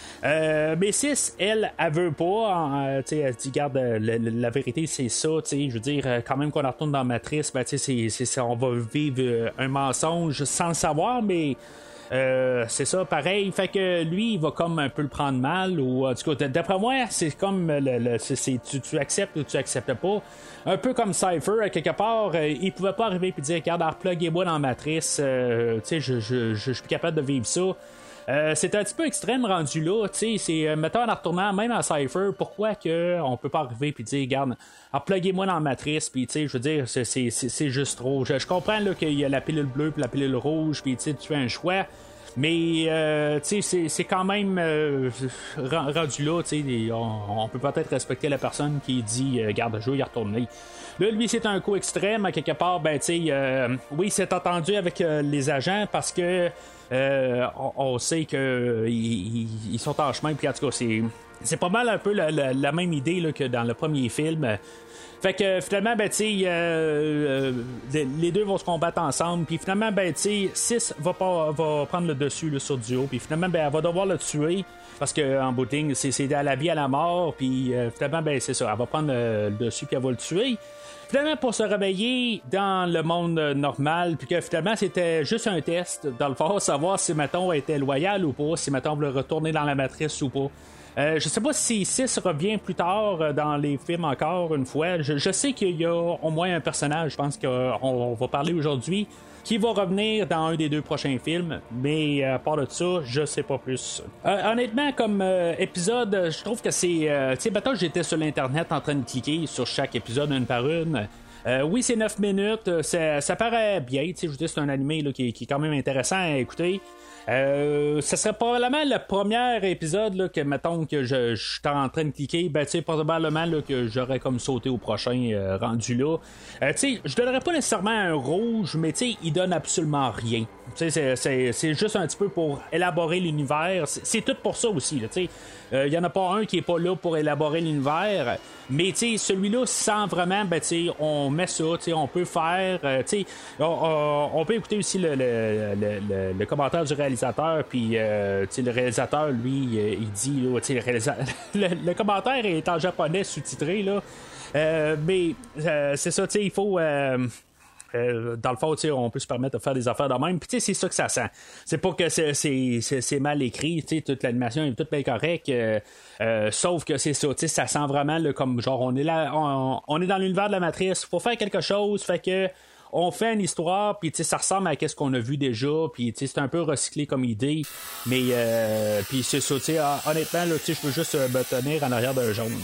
Euh, mais six, elle, elle veut pas. Euh, elle dit, garde, la, la vérité, c'est ça. Je veux dire, quand même qu'on en retourne dans la matrice, ben, c'est, c'est, c'est, on va vivre un mensonge sans le savoir, mais. Euh, c'est ça, pareil. Fait que lui, il va comme un peu le prendre mal. Ou en tout cas, d'après moi, c'est comme le, le, c'est, c'est, tu, tu acceptes ou tu acceptes pas. Un peu comme Cypher, à quelque part, euh, il pouvait pas arriver et dire, regarde, repluguez-moi dans la matrice. Euh, tu sais, je, je, je, je suis plus capable de vivre ça. Euh, c'est un petit peu extrême rendu là, tu sais, c'est, euh, mettons en retournant même à Cypher, pourquoi que on peut pas arriver puis dire, regarde, repluguez-moi dans la matrice, puis tu sais, je veux dire, c'est, c'est, c'est, c'est juste trop. Je, je comprends là qu'il y a la pilule bleue puis la pilule rouge, puis tu sais, tu fais un choix. Mais euh, tu sais, c'est, c'est quand même euh, rendu là, tu sais, on, on peut peut-être respecter la personne qui dit euh, garde, je veux y retourner. Là, lui, c'est un coup extrême, à quelque part, ben tu sais, euh, oui, c'est entendu avec euh, les agents parce que euh, on, on sait que ils, ils sont en chemin, puis en tout cas, c'est, c'est pas mal un peu la, la, la même idée là, que dans le premier film. Fait que finalement, ben, tu sais, euh, euh, les deux vont se combattre ensemble. Puis finalement, ben, tu sais, six va, pas, va prendre le dessus là, sur Duo. Puis finalement, ben, elle va devoir le tuer. Parce qu'en bout de ligne, c'est, c'est à la vie, à la mort. Puis euh, finalement, ben, c'est ça. Elle va prendre le, le dessus, puis elle va le tuer. Finalement, pour se réveiller dans le monde normal, puis que finalement, c'était juste un test, dans le fond, savoir si, mettons, elle était loyale ou pas, si, mettons, on voulait retourner dans la matrice ou pas. Euh, je sais pas si six revient plus tard euh, dans les films encore une fois. Je, je sais qu'il y a au moins un personnage, je pense qu'on on va parler aujourd'hui, qui va revenir dans un des deux prochains films, mais à part de ça, je sais pas plus. Euh, honnêtement, comme euh, épisode, je trouve que c'est... Euh, tu sais, maintenant j'étais sur l'internet en train de cliquer sur chaque épisode une par une. Euh, oui, c'est neuf minutes, ça, ça paraît bien, tu sais, je veux dire, c'est un animé là, qui, qui est quand même intéressant à écouter. Euh, ça serait probablement le premier épisode là, que, mettons, que je, je suis en train de cliquer, ben, tu sais, probablement là, que j'aurais comme sauté au prochain euh, rendu là. Euh, tu sais, je donnerais pas nécessairement un rouge, mais tu sais, il donne absolument rien. Tu sais, c'est, c'est, c'est juste un petit peu pour élaborer l'univers. C'est, c'est tout pour ça aussi, tu sais. Il euh, y en a pas un qui est pas là pour élaborer l'univers, mais tu sais, celui-là, sans vraiment, ben, tu sais, on met ça, tu sais, on peut faire, euh, tu sais, on, on, on peut écouter aussi le, le, le, le, le commentaire du réalisateur, puis, euh, tu sais, le réalisateur, lui, il dit, là, tu sais, le, réalisa... le, le commentaire est en japonais sous-titré, là, euh, mais euh, c'est ça, tu sais, il faut... Euh, Euh, dans le fond, on peut se permettre de faire des affaires de même. Puis c'est ça que ça sent. C'est pas que c'est, c'est, c'est, c'est mal écrit. Toute l'animation est toute bien correcte. Euh, euh, sauf que c'est ça. Ça sent vraiment là, comme genre on est là, on, on est dans l'univers de la matrice. Faut faire quelque chose. Fait que on fait une histoire. Puis ça ressemble à ce qu'on a vu déjà. Puis c'est un peu recyclé comme idée. Mais euh, puis c'est ça. Honnêtement, je peux juste me tenir en arrière d'un jaune.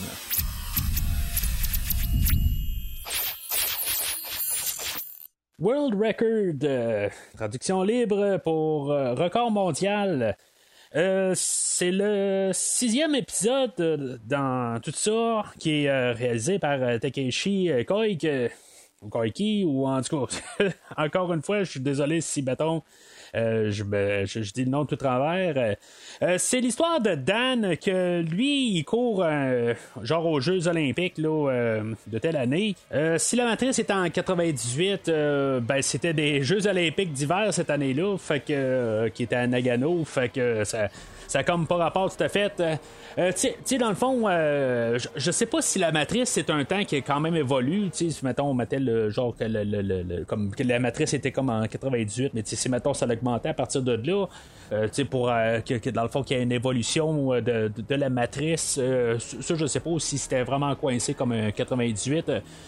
World Record, euh, traduction libre pour euh, record mondial. Euh, c'est le sixième épisode euh, dans tout ça qui est euh, réalisé par euh, Takeshi Koike, euh, ou Koike, ou en tout cas, encore une fois, je suis désolé si, mettons, Euh, je, ben, je, je dis le nom tout travers. Euh, c'est l'histoire de Dan que lui, il court euh, genre aux Jeux Olympiques là, euh, de telle année. Euh, si la matrice était en quatre-vingt-dix-huit, euh, ben c'était des Jeux Olympiques d'hiver cette année-là, fait que euh, qui était à Nagano, fait que ça. Ça a comme pas rapport tout à fait. Euh, tu sais, dans le fond, euh, je, je sais pas si la matrice c'est un temps qui a quand même évolué. Tu sais, si mettons, on mettait le genre que, le, le, le, comme, que la matrice était comme en quatre-vingt-dix-huit, mais tu sais, si mettons ça l'augmentait à partir de là, euh, tu sais, pour euh, que, que dans le fond qu'il y ait une évolution de, de, de la matrice, euh, ça je sais pas si c'était vraiment coincé comme un quatre-vingt-dix-huit.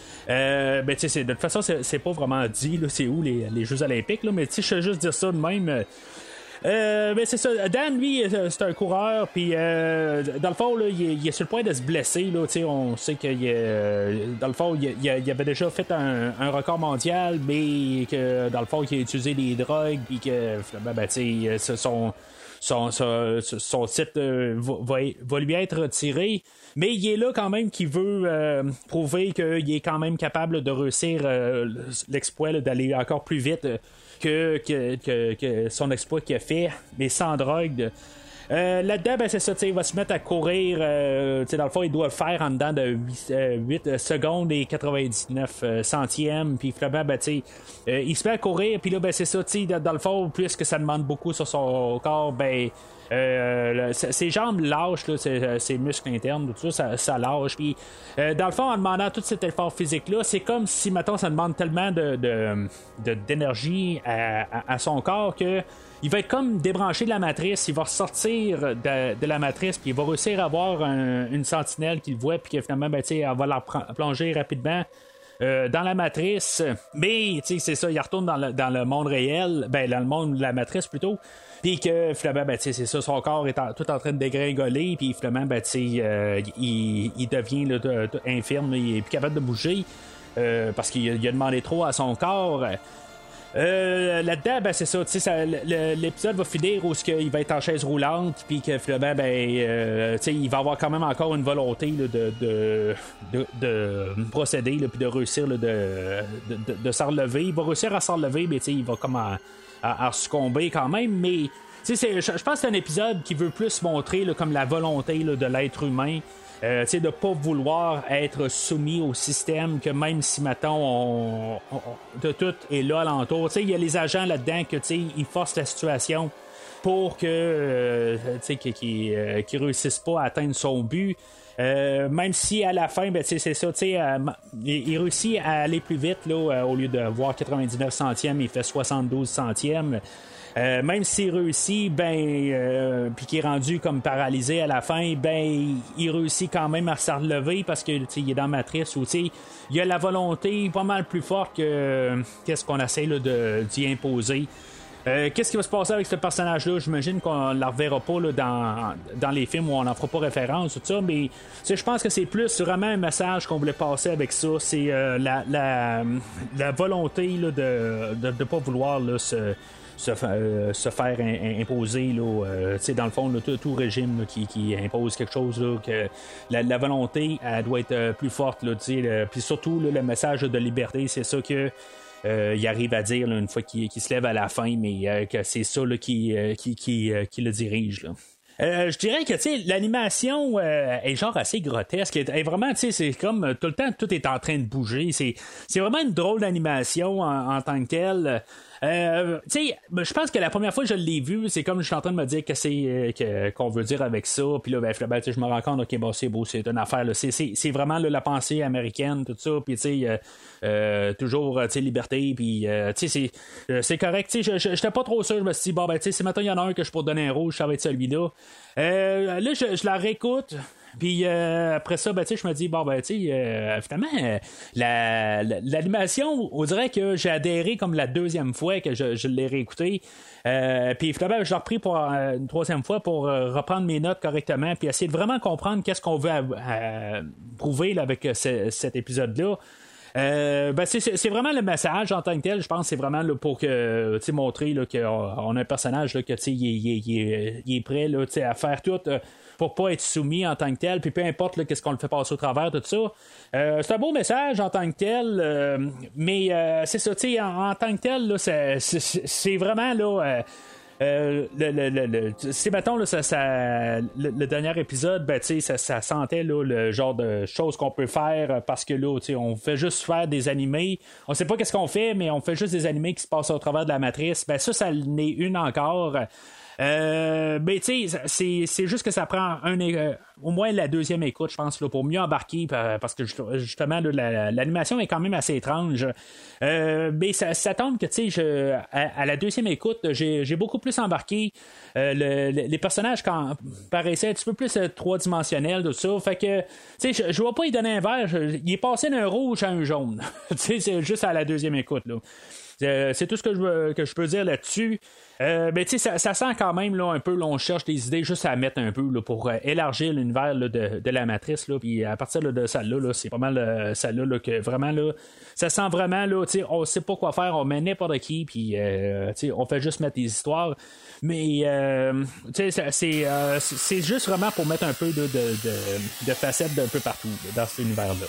Euh, ben, tu sais, de toute façon, c'est, c'est pas vraiment dit, là, c'est où les, les Jeux Olympiques, là, mais tu sais, je vais juste dire ça de même. Euh, ben c'est ça. Dan, lui, c'est un coureur, puis euh, dans le fond, là, il, est, il est sur le point de se blesser. Là, on sait qu'il est, dans le fond, il, il, il avait déjà fait un, un record mondial, mais que dans le fond, il a utilisé des drogues, puis que ben, ben, son, son, son, son titre euh, va, va lui être retiré. Mais il est là quand même qui veut euh, prouver qu'il est quand même capable de réussir euh, l'exploit là, d'aller encore plus vite. Euh, Que, que, que, que son exploit qu'il a fait, mais sans drogue. Euh, là-dedans, ben, c'est ça, il va se mettre à courir. Euh, dans le fond, il doit le faire en dedans de huit secondes et quatre-vingt-dix-neuf centièmes. Puis finalement, ben, euh, il se met à courir. Puis là, ben, c'est ça, dans le fond, puisque ça demande beaucoup sur son corps, ben. Euh, ses jambes lâchent, là, ses, ses muscles internes, tout ça, ça, ça lâche. Puis, euh, dans le fond, en demandant tout cet effort physique-là, c'est comme si, mettons, ça demande tellement de, de, de, d'énergie à, à, à son corps que il va être comme débranché de la matrice, il va ressortir de, de la matrice, puis il va réussir à avoir un, une sentinelle qu'il voit, puis que finalement, ben, elle va la plonger rapidement. Euh, dans la matrice, mais c'est ça, il retourne dans le, dans le monde réel, ben dans le monde de la matrice plutôt, puis que finalement, ben, c'est ça, son corps est en, tout en train de dégringoler, puis finalement, ben, euh, il, il devient là, de, de, infirme, là, il est plus capable de bouger euh, parce qu'il a, il a demandé trop à son corps. Euh, là-dedans, ben c'est ça, tu sais, l'épisode va finir où il va être en chaise roulante, puis que finalement, ben, euh, tu sais, il va avoir quand même encore une volonté là, de, de, de, de procéder, puis de réussir là, de, de, de, de s'en relever. Il va réussir à s'en relever, mais tu sais, il va comme à, à, à succomber quand même, mais tu sais, je pense que c'est un épisode qui veut plus montrer là, comme la volonté là, de l'être humain. Euh, de ne pas vouloir être soumis au système, que même si maintenant on, on, de tout est là alentour, il y a les agents là-dedans que ils forcent la situation pour que euh, qu'ils euh, qu'ils réussissent pas à atteindre son but. Euh, même si à la fin, ben, c'est ça, euh, il, il réussit à aller plus vite là, au lieu de voir quatre-vingt-dix-neuf centièmes, il fait soixante-douze centièmes. Euh, même s'il réussit, ben, euh, puis qu'il est rendu comme paralysé à la fin, ben, il réussit quand même à se relever parce que il est dans la matrice où il y a la volonté pas mal plus forte que qu'est-ce qu'on essaie là, de, d'y imposer. Euh, qu'est-ce qui va se passer avec ce personnage-là? J'imagine qu'on ne la reverra pas là, dans, dans les films où on n'en fera pas référence, tout ça, mais je pense que c'est plus vraiment un message qu'on voulait passer avec ça. C'est euh, la, la, la volonté là, de ne pas vouloir là, se, se, euh, se faire in, imposer, là, euh, dans le fond, là, tout, tout régime là, qui, qui impose quelque chose, là, que la, la volonté elle doit être plus forte. Là, puis surtout, là, le message de liberté, c'est ça que Euh, il arrive à dire là, une fois qu'il, qu'il se lève à la fin, mais euh, que c'est ça là, qui, euh, qui, qui, euh, qui le dirige. Là. Euh, je dirais que l'animation euh, est genre assez grotesque. Elle est vraiment, tu sais, c'est comme tout le temps, tout est en train de bouger. C'est, c'est vraiment une drôle d'animation en, en tant que telle. Euh, tu sais, je pense que la première fois que je l'ai vu, c'est comme je suis en train de me dire que c'est euh, que, qu'on veut dire avec ça. Puis là, ben, ben je me rends compte, ok, bon, c'est beau, c'est une affaire. Là. C'est, c'est, c'est vraiment là, la pensée américaine, tout ça. Puis tu sais, euh, euh, toujours, tu sais, liberté. Puis euh, tu sais, c'est, euh, c'est correct. Tu sais, j'étais pas trop sûr. Je me suis dit, bon, ben, tu sais, si maintenant il y en a un que je pourrais donner un rouge, ça va être celui-là. Euh, là, je, je la réécoute. Puis euh, après ça, ben, je me dis, bon, ben, tu sais, euh, finalement, la, la, l'animation, on dirait que j'ai adhéré comme la deuxième fois que je, je l'ai réécouté. Euh, puis finalement, je l'ai repris pour euh, une troisième fois pour euh, reprendre mes notes correctement, puis essayer de vraiment comprendre qu'est-ce qu'on veut à, à prouver là, avec ce, cet épisode-là. Euh, ben c'est, c'est vraiment le message en tant que tel. Je pense que c'est vraiment là, pour que montrer là, qu'on on a un personnage là, que il, il, il, il est prêt là, à faire tout euh, pour pas être soumis en tant que tel, puis peu importe là, qu'est-ce qu'on le fait passer au travers, tout ça. Euh, c'est un beau message en tant que tel, euh, mais euh, c'est ça, tu sais, en, en tant que tel, là, c'est, c'est, c'est vraiment là. Euh, Euh, le, le, le, le, c'est mettons là, ça, ça, le, le dernier épisode, ben, ça, ça sentait là, le genre de choses qu'on peut faire parce que là, on fait juste faire des animés. On sait pas qu'est-ce qu'on fait, mais on fait juste des animés qui se passent au travers de la matrice. Ben ça, ça n'est une encore. Euh, ben tu sais, c'est, c'est juste que ça prend un, euh, au moins la deuxième écoute, je pense, là, pour mieux embarquer, parce que justement là, la, l'animation est quand même assez étrange. Euh, mais ça, ça tombe que tu sais, à, à la deuxième écoute, j'ai, j'ai beaucoup plus embarqué. Euh, le, le, les personnages quand, paraissaient un petit peu plus euh, trois-dimensionnels, tout ça. Fait que tu sais, je, je vais pas y donner un vert. Je, il est passé d'un rouge à un jaune. Tu sais, c'est juste à la deuxième écoute là. Euh, c'est tout ce que je, veux, que je peux dire là-dessus. Euh, ben, tu sais, ça, ça sent quand même là, un peu, là, on cherche des idées juste à mettre un peu là, pour euh, élargir l'univers là, de, de la matrice. Là, puis à partir là, de celle-là, là, c'est pas mal euh, celle-là là, que vraiment là, ça sent vraiment là, tu sais, on sait pas quoi faire, on met n'importe qui, puis euh, tu sais, on fait juste mettre des histoires. Mais euh, tu sais, c'est, euh, c'est juste vraiment pour mettre un peu de, de, de, de facettes d'un peu partout là, dans cet univers-là.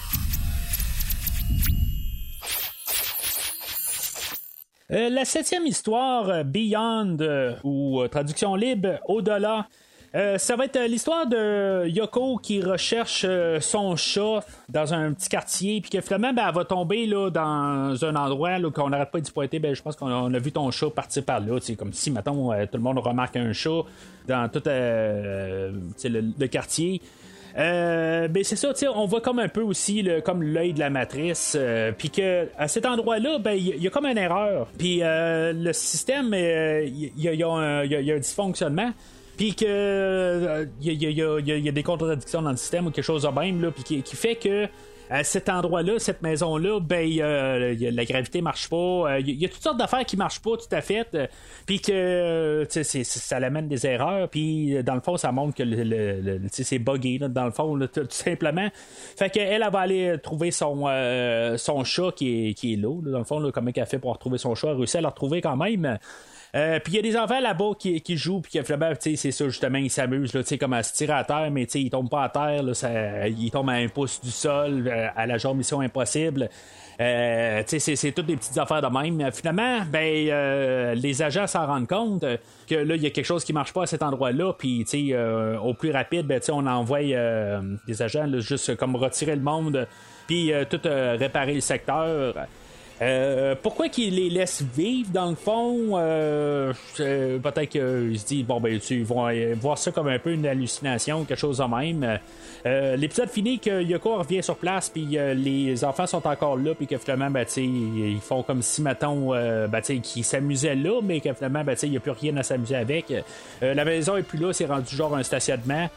Euh, la septième histoire, euh, Beyond, euh, ou euh, traduction libre, Au-delà, euh, ça va être euh, l'histoire de Yoko qui recherche euh, son chat dans un petit quartier, puis que finalement, ben, elle va tomber là, dans un endroit là, qu'on n'arrête pas d'y pointer. Ben, je pense qu'on a, on a vu ton chat partir par là, comme si, mettons, euh, tout le monde remarque un chat dans tout euh, le, le quartier. Euh, ben c'est ça, tu sais, on voit comme un peu aussi le, comme l'œil de la matrice, euh, puis que à cet endroit-là, ben il y, y a comme une erreur, puis euh, le système, il euh, y, y, y, y, y a un dysfonctionnement, puis que il euh, y, y, y, y, y a des contradictions dans le système ou quelque chose de même là, puis qui, qui fait que à cet endroit-là, cette maison-là, ben euh, y a, la gravité marche pas. Il euh, y, y a toutes sortes d'affaires qui marchent pas tout à fait. Euh, puis que euh, c'est, c'est, ça amène des erreurs. Puis dans le fond, ça montre que le, le, le, c'est buggé, là, dans le fond, là, tout, tout simplement. Fait qu'elle, elle va aller trouver son, euh, son chat qui est, qui est là, là. Dans le fond, là, comment elle a fait pour retrouver son chat? Elle a réussi à le retrouver quand même. Euh, puis il y a des enfants là-bas qui, qui jouent, puis finalement, c'est ça, justement, ils s'amusent, là, comme à se tirer à terre, mais ils tombent pas à terre, là, ça, ils tombent à un pouce du sol, à la genre Mission Impossible. Euh, c'est, c'est toutes des petites affaires de même. Finalement, ben, euh, les agents s'en rendent compte que là, il y a quelque chose qui marche pas à cet endroit-là, puis euh, au plus rapide, ben, on envoie euh, des agents là, juste comme retirer le monde, puis euh, tout euh, réparer le secteur. Euh, pourquoi qu'ils les laissent vivre dans le fond? Euh, peut-être qu'ils se disent bon ben tu ils vont voir ça comme un peu une hallucination, quelque chose de même. Euh, l'épisode finit que Yoko revient sur place, puis euh, les enfants sont encore là, puis que finalement ben, ils font comme si mettons euh, ben, qu'ils s'amusaient là, mais que finalement ben, il n'y a plus rien à s'amuser avec. Euh, la maison est plus là, c'est rendu genre un stationnement.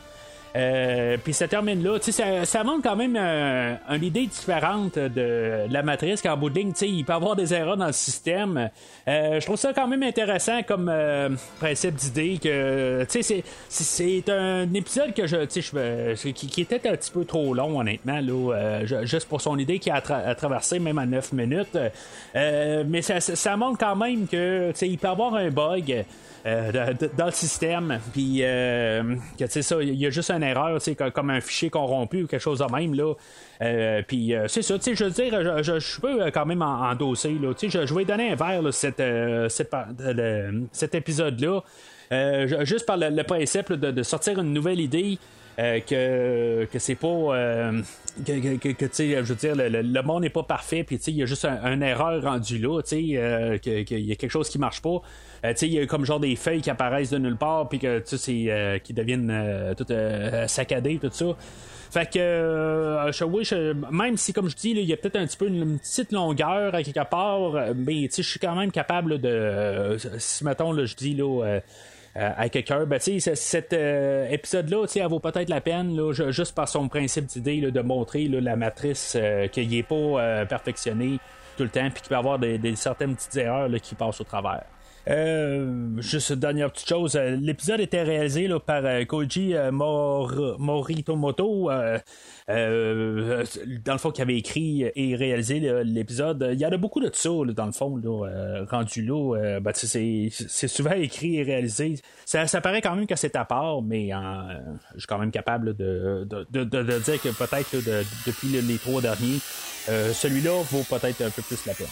Euh, puis ça termine là. Ça, ça montre quand même euh, une idée différente de la matrice qu'en bout de ligne, il peut y avoir des erreurs dans le système. Euh, je trouve ça quand même intéressant comme euh, principe d'idée que c'est, c'est, c'est un épisode que je, je qui, qui était un petit peu trop long honnêtement là, euh, je, juste pour son idée qui a, tra- a traversé même à neuf minutes. Euh, mais ça, ça, ça montre quand même que il peut y avoir un bug. Euh, de, de, dans le système, puis euh, que tu sais ça, il y a juste une erreur, tu sais, comme un fichier corrompu ou quelque chose de même là. Euh, puis euh, c'est ça, tu sais, je veux dire, je, je, je peux quand même en, endosser là, tu sais, je, je vais donner un verre là, cette, euh, cette, le, cet épisode là, euh, juste par le, le principe là, de, de sortir une nouvelle idée. Euh, que, que c'est pas euh, que, que, que tu sais, je veux dire, le, le monde n'est pas parfait, puis tu sais, il y a juste un, un erreur rendue là, tu sais, euh, que, que y a quelque chose qui marche pas. Euh, tu sais, il y a comme genre des feuilles qui apparaissent de nulle part, puis que tu sais, c'est euh, qui deviennent euh, toutes euh, saccadées, tout ça. Fait que euh, je, oui, je, même si comme je dis, il y a peut-être un petit peu une, une petite longueur à quelque part, mais tu sais, je suis quand même capable là, de euh, si mettons là, je dis là. Euh, Euh, à quelqu'un, ben, tu sais, cet euh, épisode-là, tu sais, elle vaut peut-être la peine, là, juste par son principe d'idée, là, de montrer là, la matrice, euh, qu'il n'est pas euh, perfectionné tout le temps, puis qu'il peut y avoir des, des certaines petites erreurs là, qui passent au travers. Euh, juste une dernière petite chose, euh, l'épisode était réalisé là, par euh, Koji euh, Mor- Moritomoto, euh, euh, dans le fond qui avait écrit et réalisé là, l'épisode. Il y en a beaucoup de ça là, dans le fond là, euh, rendu là, euh, ben, c'est, c'est souvent écrit et réalisé. Ça, ça paraît quand même que c'est à part, mais euh, je suis quand même capable de, de, de, de, de dire que peut-être là, de, depuis les trois derniers, euh, celui-là vaut peut-être un peu plus la peine.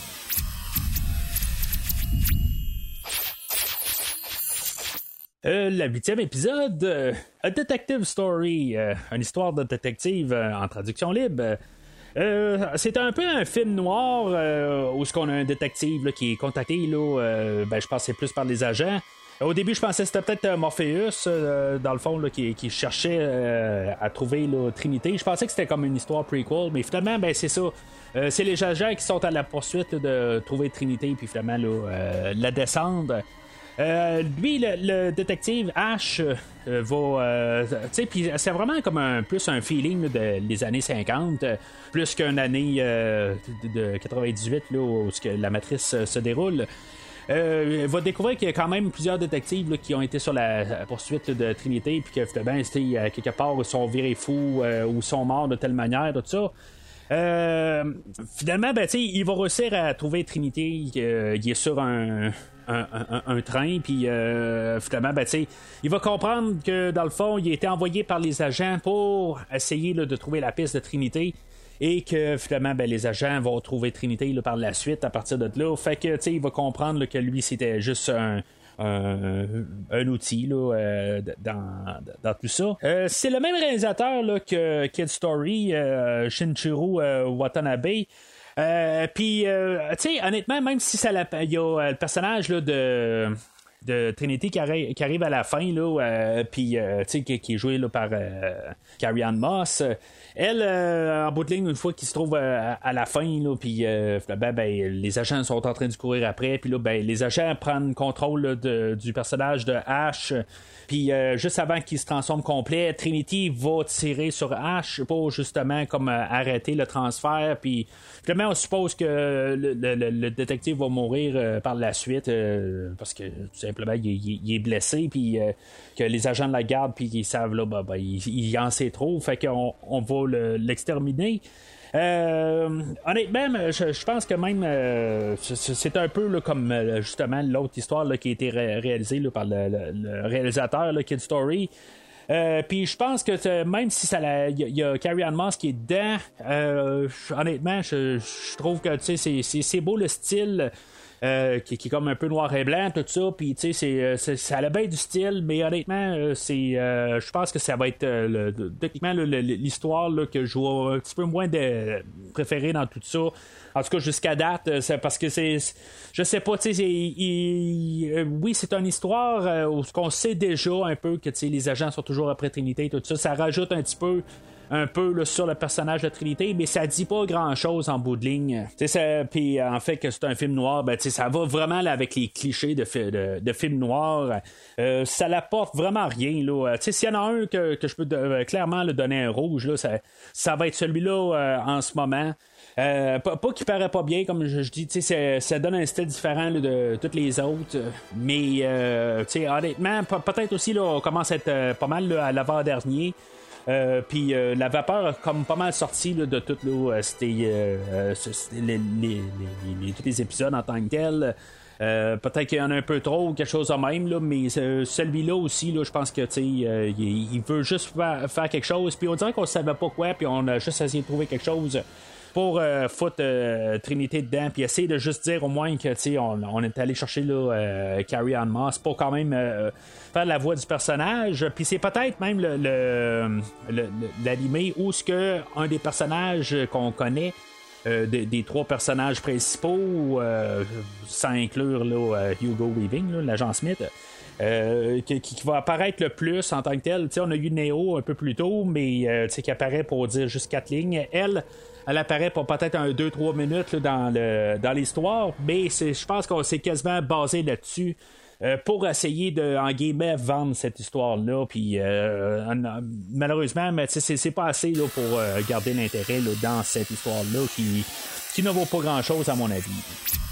Euh, le huitième épisode, euh, A Detective Story, euh, une histoire de détective euh, en traduction libre. Euh, c'est un peu un film noir euh, où ce qu'on a un détective là, qui est contacté, là, euh, ben, je pense que c'est plus par les agents. Au début, je pensais que c'était peut-être Morpheus, euh, dans le fond, là, qui, qui cherchait euh, à trouver là, Trinité. Je pensais que c'était comme une histoire prequel, mais finalement, ben, c'est ça. Euh, c'est les agents qui sont à la poursuite là, de trouver Trinité, puis finalement, là, euh, la descendre. Euh, lui, le, le détective Ash euh, va, euh, tu sais, puis c'est vraiment comme un plus un feeling là, de, des années cinquante, euh, plus qu'une année euh, de, de quatre-vingt-dix-huit là, où ce que la matrice euh, se déroule. Euh, il va découvrir qu'il y a quand même plusieurs détectives là, qui ont été sur la, la poursuite là, de Trinité, puis que ben, à quelque part ils sont virés fous euh, ou sont morts de telle manière, tout ça. Euh, finalement, ben, il va réussir à trouver Trinité. Euh, il est sur un, un, un, un train, puis euh, finalement, ben, il va comprendre que dans le fond, il a été envoyé par les agents pour essayer là, de trouver la piste de Trinité. Et que finalement, ben, les agents vont trouver Trinité là, par la suite à partir de là. Fait que il va comprendre là, que lui, c'était juste un. Un, un outil là, euh, dans, dans tout ça. Euh, c'est le même réalisateur là, que Kid Story, euh, Shinichiro euh, Watanabe. Euh, Puis, euh, tu sais, honnêtement, même si ça il y a le personnage là, de. de Trinity qui, arri- qui arrive à la fin là, euh, puis euh, tu sais qui, qui est joué là, par euh, Carrie-Anne Moss. Elle, euh, en bout de ligne, une fois qu'il se trouve euh, à la fin, là, puis euh, ben, ben, les agents sont en train de courir après, puis là, ben, les agents prennent contrôle là, de, du personnage de Ash. Puis euh, juste avant qu'il se transforme complet, Trinity va tirer sur Ash pour justement comme euh, arrêter le transfert. Puis finalement, on suppose que le, le, le détective va mourir euh, par la suite euh, parce que tout simplement il, il, il est blessé, puis euh, que les agents de la garde, puis ils savent là, ben, ben, il, il en sait trop, fait qu'on on va le, l'exterminer. Euh, honnêtement, je, je pense que même euh, c'est un peu là, comme euh, justement l'autre histoire là, qui a été ré- réalisée là, par le, le, le réalisateur là, Kid Story. Euh, puis je pense que même si ça il y, y a Carrie-Anne Moss qui est dedans, euh, honnêtement, je, je trouve que c'est, c'est, c'est beau le style. Euh, qui, qui est comme un peu noir et blanc, tout ça, puis tu sais, c'est, c'est, ça a bien du style, mais honnêtement, euh, c'est, euh, je pense que ça va être euh, le, techniquement le, le, l'histoire là, que je vois un petit peu moins de préférée dans tout ça. En tout cas, jusqu'à date, c'est parce que c'est, je sais pas, tu sais, euh, oui, c'est une histoire euh, où ce qu'on sait déjà un peu que tu sais, les agents sont toujours après Trinité, tout ça, ça rajoute un petit peu. un peu là, sur le personnage de Trinité, mais ça dit pas grand-chose en bout de ligne. Puis en fait que c'est un film noir, ben, ça va vraiment là, avec les clichés de, de, de films noirs. Euh, ça l'apporte vraiment rien. S'il y en a un que, que je peux de, clairement là, donner un rouge, là, ça, ça va être celui-là euh, en ce moment. Euh, pas, pas qu'il paraît pas bien, comme je, je dis, ça, ça donne un style différent là, de toutes les autres. Mais euh, honnêtement, peut-être aussi là, on commence à être euh, pas mal là, à l'avant-dernier. Euh, puis euh, la vapeur a comme pas mal sorti là, de tout là, c'était, euh, les, les, les, les, tous les épisodes en tant que tels. Euh, peut-être qu'il y en a un peu trop ou quelque chose de même, là, mais euh, celui-là aussi, là, je pense que euh, il, il veut juste faire, faire quelque chose. Puis on dirait qu'on savait pas quoi, puis on a juste essayé de trouver quelque chose pour euh, foutre euh, Trinité dedans, puis essayer de juste dire au moins que on, on est allé chercher là, euh, Carrie-Anne Moss pour quand même euh, faire la voix du personnage. Puis c'est peut-être même le, le, le, l'animé où ce que un des personnages qu'on connaît, euh, des, des trois personnages principaux, euh, sans inclure là, Hugo Weaving, là, l'agent Smith. Euh, qui, qui va apparaître le plus en tant que tel. T'sais, on a eu Neo un peu plus tôt, mais euh, qui apparaît pour dire juste quatre lignes. Elle, elle apparaît pour peut-être un deux trois minutes là, dans, le, dans l'histoire, mais je pense qu'on s'est quasiment basé là-dessus euh, pour essayer de, en guillemets, vendre cette histoire-là. Puis euh, malheureusement, mais c'est, c'est pas assez là, pour euh, garder l'intérêt là, dans cette histoire-là qui, qui ne vaut pas grand-chose à mon avis.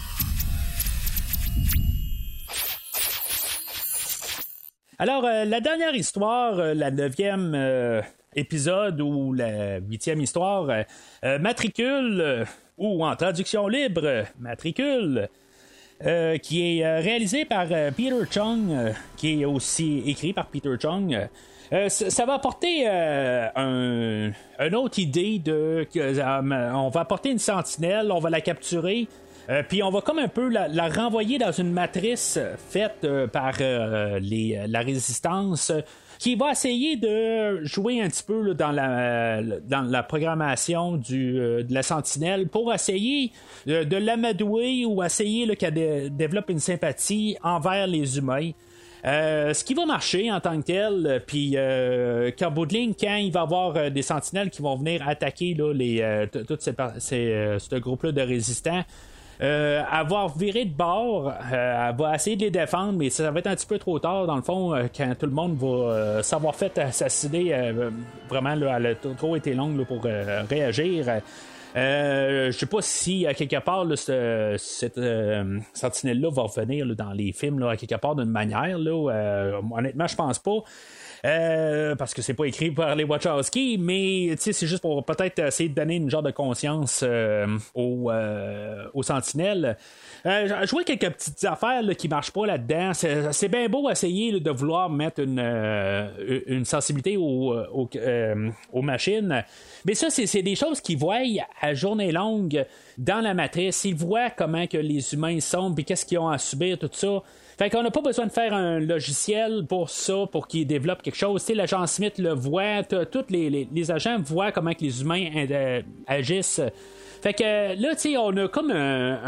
Alors, euh, la dernière histoire, euh, la neuvième euh, épisode ou la huitième histoire, euh, euh, Matricule, euh, ou en traduction libre, Matricule, euh, qui est euh, réalisé par euh, Peter Chung, euh, qui est aussi écrit par Peter Chung. Euh, ça, ça va apporter euh, un, une autre idée de... Euh, on va apporter une sentinelle, on va la capturer. Euh, puis on va comme un peu la, la renvoyer dans une matrice faite euh, par euh, les, la résistance euh, qui va essayer de jouer un petit peu là, dans, la, dans la programmation du, euh, de la sentinelle pour essayer euh, de l'amadouer ou essayer là, qu'elle dé- développe une sympathie envers les humains. Euh, ce qui va marcher en tant que tel, puis euh, qu'en bout de ligne, quand il va y avoir euh, des sentinelles qui vont venir attaquer là, les, euh, t- tout ces, ces, euh, ce groupe-là de résistants, Euh, avoir viré de bord, euh, elle va essayer de les défendre, mais ça va être un petit peu trop tard dans le fond euh, quand tout le monde va euh, s'avoir fait assassiner. Euh, vraiment, là, elle a t- trop été longue là, pour euh, réagir. Euh, je sais pas si à quelque part là, ce, cette euh, sentinelle-là va revenir là, dans les films là, à quelque part d'une manière. Là, euh, honnêtement, je pense pas. Euh, parce que c'est pas écrit par les Wachowski, mais c'est juste pour peut-être essayer de donner une genre de conscience euh, aux, euh, aux sentinelles. Euh, je vois quelques petites affaires là, qui marchent pas là-dedans. C'est, c'est bien beau essayer là, de vouloir mettre une, euh, une sensibilité aux, aux, euh, aux machines, mais ça, c'est, c'est des choses qu'ils voient à journée longue dans la matrice. Ils voient comment que les humains sont, puis qu'est-ce qu'ils ont à subir, tout ça. Fait qu'on n'a pas besoin de faire un logiciel pour ça, pour qu'ils développent quelque chose. Tu sais, l'agent Smith le voit, tous les, les, les agents voient comment que les humains euh, agissent. Fait que là, tu sais, on a comme un,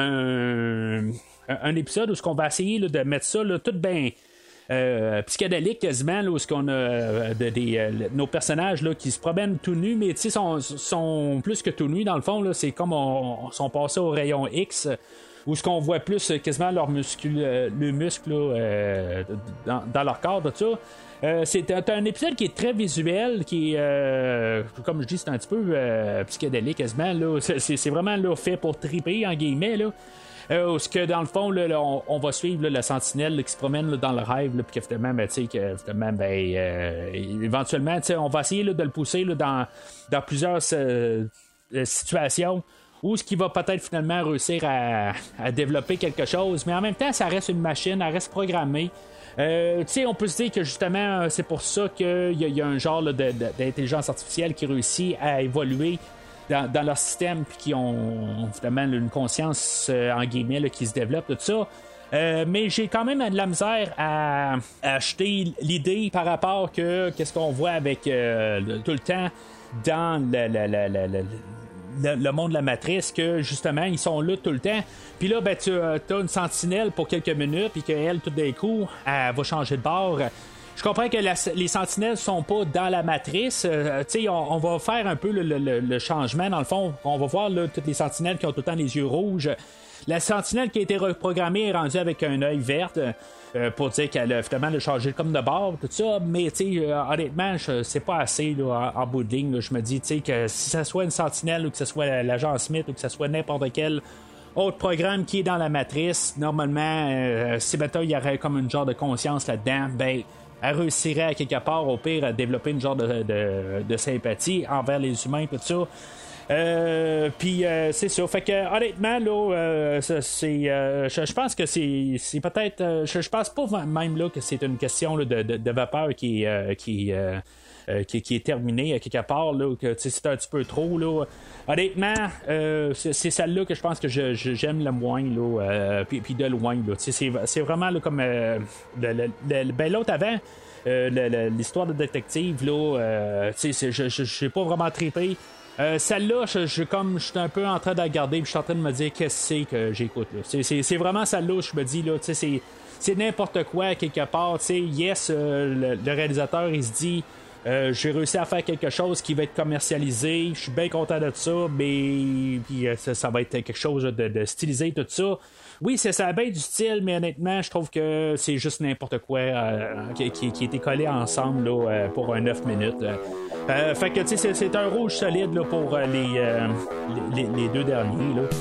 un, un épisode où ce qu'on va essayer là, de mettre ça là, tout bien euh, psychédélique quasiment, là, où ce qu'on a euh, de, des, euh, nos personnages là, qui se promènent tout nus, mais tu sais, sont, sont plus que tout nus dans le fond. Là, c'est comme on, on sont passés au rayon X. Où ce qu'on voit plus quasiment leur muscle, euh, le muscle là, euh, dans, dans leur corps, tout ça. Euh, c'est un, un épisode qui est très visuel, qui est, euh, comme je dis, c'est un petit peu euh, psychédélique quasiment. Là. C'est, c'est vraiment là, fait pour triper, en guillemets. Là. Euh, ce que dans le fond, là, là, on, on va suivre là, la sentinelle là, qui se promène là, dans le rêve, là, puis qu'évidemment, ben, qu'évidemment, ben, euh, éventuellement, on va essayer là, de le pousser là, dans, dans plusieurs euh, situations. Ou ce qui va peut-être finalement réussir à, à développer quelque chose, mais en même temps, ça reste une machine, elle reste programmée. Euh, tu sais, on peut se dire que justement, c'est pour ça qu'il y, y a un genre là, de, de, d'intelligence artificielle qui réussit à évoluer dans, dans leur système, puis qui ont finalement une conscience, euh, en guillemets, là, qui se développe, tout ça. Euh, mais j'ai quand même de la misère à, à acheter l'idée par rapport que qu'est-ce qu'on voit avec euh, le, tout le temps dans la, la, la, la, la Le, le monde de la matrice, que justement ils sont là tout le temps, puis là ben tu euh, as une sentinelle pour quelques minutes, puis qu'elle tout d'un coup elle va changer de bord. je comprends que la, les sentinelles sont pas dans la matrice. Euh, tu sais, on, on va faire un peu le, le, le changement. Dans le fond, on va voir là, toutes les sentinelles qui ont tout le temps les yeux rouges. La sentinelle qui a été reprogrammée est rendue avec un œil vert euh, pour dire qu'elle a finalement changé comme de bord, tout ça. Mais tu sais, euh, honnêtement, je, c'est pas assez là, en, en bout de ligne. Là, je me dis, tu sais, que si ça soit une sentinelle ou que ce soit l'agent Smith ou que ce soit n'importe quel autre programme qui est dans la matrice, normalement, euh, si maintenant il y aurait comme une genre de conscience là-dedans, ben elle réussirait à quelque part, au pire, à développer une genre de, de, de sympathie envers les humains, tout ça. Euh, puis euh, c'est ça. Fait que honnêtement là, euh, c'est, euh, je, je pense que c'est, c'est peut-être, euh, je, je pense pas même là que c'est une question là, de, de, de vapeur qui, euh, qui, euh, euh, qui, qui est terminée à quelque part là, que c'est un petit peu trop là. Honnêtement, euh, c'est, c'est celle-là que je pense que je, je, j'aime le moins là, euh, puis, puis de loin là. C'est, c'est vraiment là, comme euh, le, le, le, ben, l'autre avant. Euh, le, le, l'histoire de détective là, euh, je, je, je, j'ai pas vraiment trippé. Euh, celle-là, je, je, comme je suis un peu en train de la regarder, puis je suis en train de me dire qu'est-ce que c'est que j'écoute. Là. C'est, c'est, c'est vraiment celle-là où je me dis, là, c'est, c'est n'importe quoi quelque part. Yes, euh, le, le réalisateur, il se dit, euh, j'ai réussi à faire quelque chose qui va être commercialisé, je suis bien content de ça, mais puis, euh, ça, ça va être quelque chose de, de stylisé, tout ça. Oui, c'est ça a bien du style, mais honnêtement, je trouve que c'est juste n'importe quoi euh, qui, qui, qui a été collé ensemble là, euh, pour un neuf minutes. Euh, fait que, tu sais, c'est, c'est un rouge solide là, pour euh, les, euh, les, les deux derniers, là.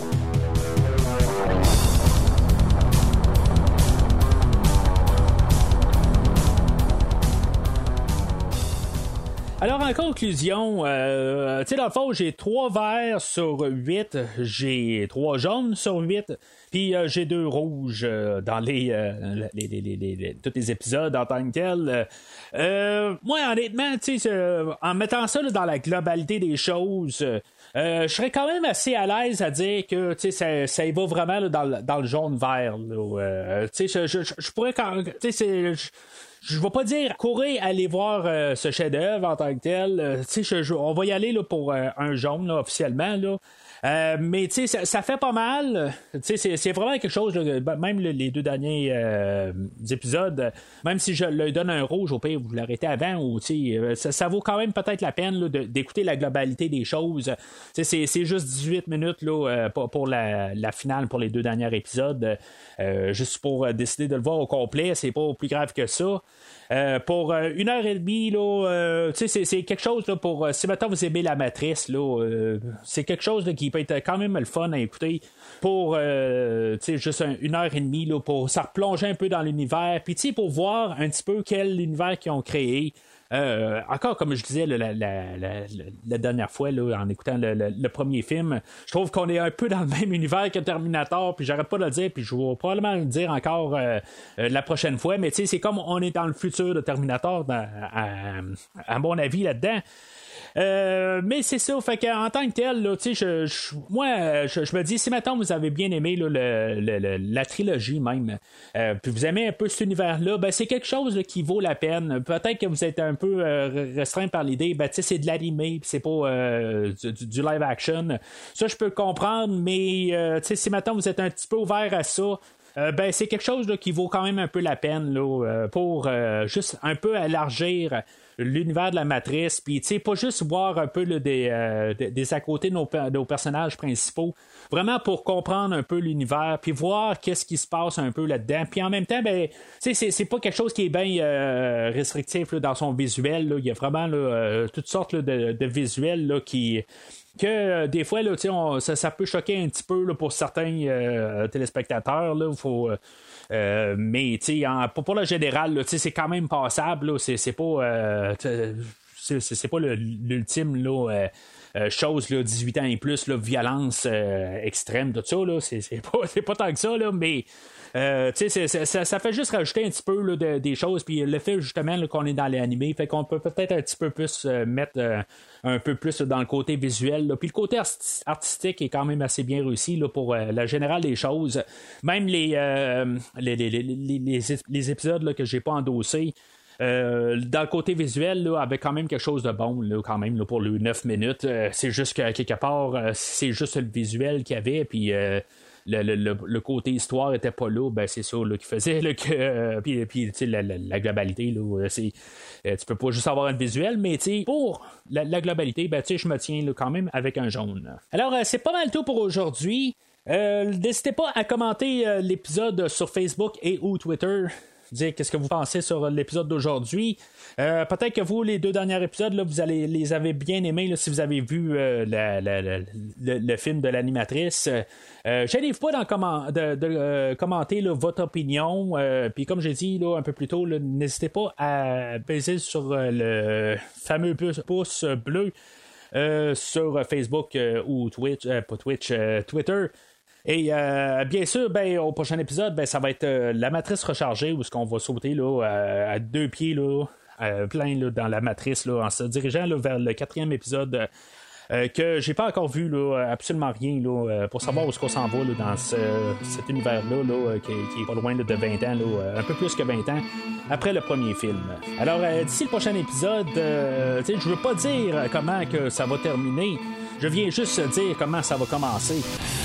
Alors, en conclusion, euh, tu sais, dans le fond, j'ai trois verts sur huit, j'ai trois jaunes sur huit, puis euh, j'ai deux rouges euh, dans les, euh, les, les, les, les, les tous les épisodes en tant que tel. Euh, moi, honnêtement, tu sais, euh, en mettant ça là, dans la globalité des choses, euh, je serais quand même assez à l'aise à dire que, tu sais, ça, ça y va vraiment là, dans, le, dans le jaune-vert. Euh, tu sais, je, je, je pourrais quand, tu sais, c'est je, Je vais pas dire courir aller voir euh, ce chef-d'œuvre en tant que tel. Euh, tu sais, on va y aller là, pour euh, un jaune là, officiellement là. Euh, mais tu sais, ça, ça fait pas mal. Tu sais, c'est, c'est vraiment quelque chose. Là, même le, les deux derniers euh, épisodes, même si je leur donne un rouge, au pire vous l'arrêtez avant, ou tu sais, ça, ça vaut quand même peut-être la peine là, de, d'écouter la globalité des choses. Tu sais, c'est, c'est juste dix-huit minutes là pour, pour la, la finale pour les deux derniers épisodes. Euh, juste pour euh, décider de le voir au complet, c'est pas plus grave que ça. Euh, pour euh, une heure et demie, là, euh, c'est, c'est quelque chose là, pour. Euh, si maintenant vous aimez la matrice, là, euh, c'est quelque chose là, qui peut être quand même le fun à écouter pour euh, juste un, une heure et demie là, pour ça replonger un peu dans l'univers, puis pour voir un petit peu quel univers qu'ils ont créé. Euh, encore comme je disais la, la, la, la, la dernière fois là, en écoutant le, le, le premier film, je trouve qu'on est un peu dans le même univers que Terminator, puis j'arrête pas de le dire, puis je vais probablement le dire encore euh, euh, la prochaine fois, mais tu sais, c'est comme on est dans le futur de Terminator dans, à, à mon avis là-dedans. Euh, mais c'est ça, fait qu'en tant que tel, là, je, je, moi, je, je me dis, si maintenant vous avez bien aimé là, le, le, le, la trilogie même, euh, puis vous aimez un peu cet univers-là, ben, c'est quelque chose là, qui vaut la peine. Peut-être que vous êtes un peu euh, restreint par l'idée, ben, c'est de l'animé, c'est pas euh, du, du live action. Ça, je peux le comprendre, mais euh, si maintenant vous êtes un petit peu ouvert à ça, Euh, ben c'est quelque chose là, qui vaut quand même un peu la peine là, euh, pour euh, juste un peu élargir l'univers de la matrice, puis tu sais pas juste voir un peu là, des, euh, des, des à côté de nos, de nos personnages principaux, vraiment pour comprendre un peu l'univers, puis voir qu'est-ce qui se passe un peu là-dedans, puis en même temps ben c'est, c'est pas quelque chose qui est bien euh, restrictif là, dans son visuel là. Il y a vraiment là, euh, toutes sortes là, de, de visuels là, qui que euh, des fois là, on, ça, ça peut choquer un petit peu là, pour certains euh, téléspectateurs là, faut, euh, mais en, pour, pour le général là, c'est quand même passable là, c'est, c'est pas euh, c'est, c'est pas le, l'ultime là, euh, euh, chose là, dix-huit ans et plus là, violence euh, extrême tout ça là, c'est, c'est, pas, c'est pas tant que ça là, mais Euh, c'est, c'est, ça, ça fait juste rajouter un petit peu là, de, des choses, puis le fait justement là, qu'on est dans les animés, fait qu'on peut peut-être un petit peu plus euh, mettre euh, un peu plus là, dans le côté visuel, là. Puis le côté art- artistique est quand même assez bien réussi là, pour euh, la générale des choses. Même les, euh, les, les, les, les, les, les épisodes là, que j'ai pas endossés, Euh, dans le côté visuel, là, avec quand même quelque chose de bon, là, quand même, là, pour les neuf minutes. Euh, c'est juste que quelque part, euh, c'est juste le visuel qu'il y avait, puis euh, le, le, le, le côté histoire était pas là, ben c'est ça là, qui faisait là, que euh, puis, puis la, la, la globalité là, c'est euh, tu peux pas juste avoir un visuel, mais pour la, la globalité, ben je me tiens là, quand même avec un jaune. Alors euh, c'est pas mal tout pour aujourd'hui. Euh, n'hésitez pas à commenter euh, l'épisode sur Facebook et ou Twitter. Dire qu'est-ce que vous pensez sur l'épisode d'aujourd'hui. Euh, peut-être que vous, les deux derniers épisodes, là, vous allez les avez bien aimés là, si vous avez vu euh, la, la, la, le, le film de l'animatrice. Euh, Gênez-vous pas d'en comment, de, de euh, commenter là, votre opinion. Euh, Puis comme j'ai dit là, un peu plus tôt, là, n'hésitez pas à baiser sur euh, le fameux pouce bleu euh, sur Facebook euh, ou Twitch, euh, pas Twitch, euh, Twitter. Et euh, bien sûr, ben, au prochain épisode, ben, ça va être euh, la matrice rechargée où est-ce qu'on va sauter là, à, à deux pieds là, euh, plein là, dans la matrice là, en se dirigeant là, vers le quatrième épisode euh, que j'ai pas encore vu là, absolument rien là, pour savoir où est-ce qu'on s'en va là, dans ce, cet univers-là là, qui, qui est pas loin là, de vingt ans, là, un peu plus que vingt ans après le premier film. Alors euh, d'ici le prochain épisode, euh, je veux pas dire comment que ça va terminer, je viens juste dire comment ça va commencer.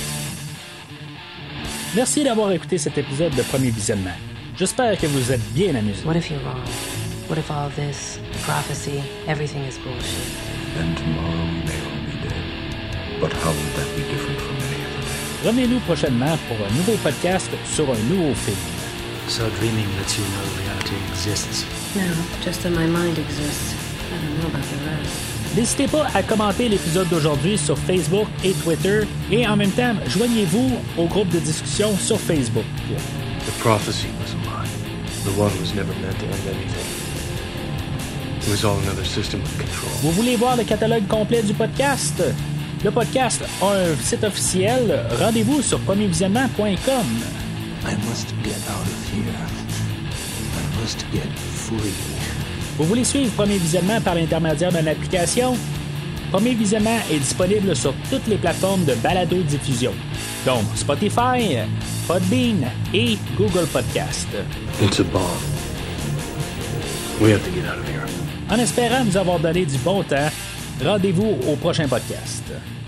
Merci d'avoir écouté cet épisode de Premier Visionnement. J'espère que vous êtes bien amusés. What if you're wrong? What if all this, prophecy, everything is bullshit? Then tomorrow we may all be dead. But how would that be different from any other day? Revenez-nous prochainement pour un nouveau podcast sur un nouveau film. So dreaming lets you know reality exists. No, just that my mind exists. I don't know about the rest. N'hésitez pas à commenter l'épisode d'aujourd'hui sur Facebook et Twitter et en même temps, joignez-vous au groupe de discussion sur Facebook. The prophecy was a lie. The one was never meant to end anything. It was all another system of control. Vous voulez voir le catalogue complet du podcast? Le podcast a un site officiel. Rendez-vous sur premier visionnement point com. I must get out of here. I must get free. Vous voulez suivre Premier Visionnement par l'intermédiaire d'une application? Premier Visionnement est disponible sur toutes les plateformes de balado-diffusion, donc Spotify, Podbean et Google Podcast. It's a bomb. We have to get out of here. En espérant vous avoir donné du bon temps, rendez-vous au prochain podcast.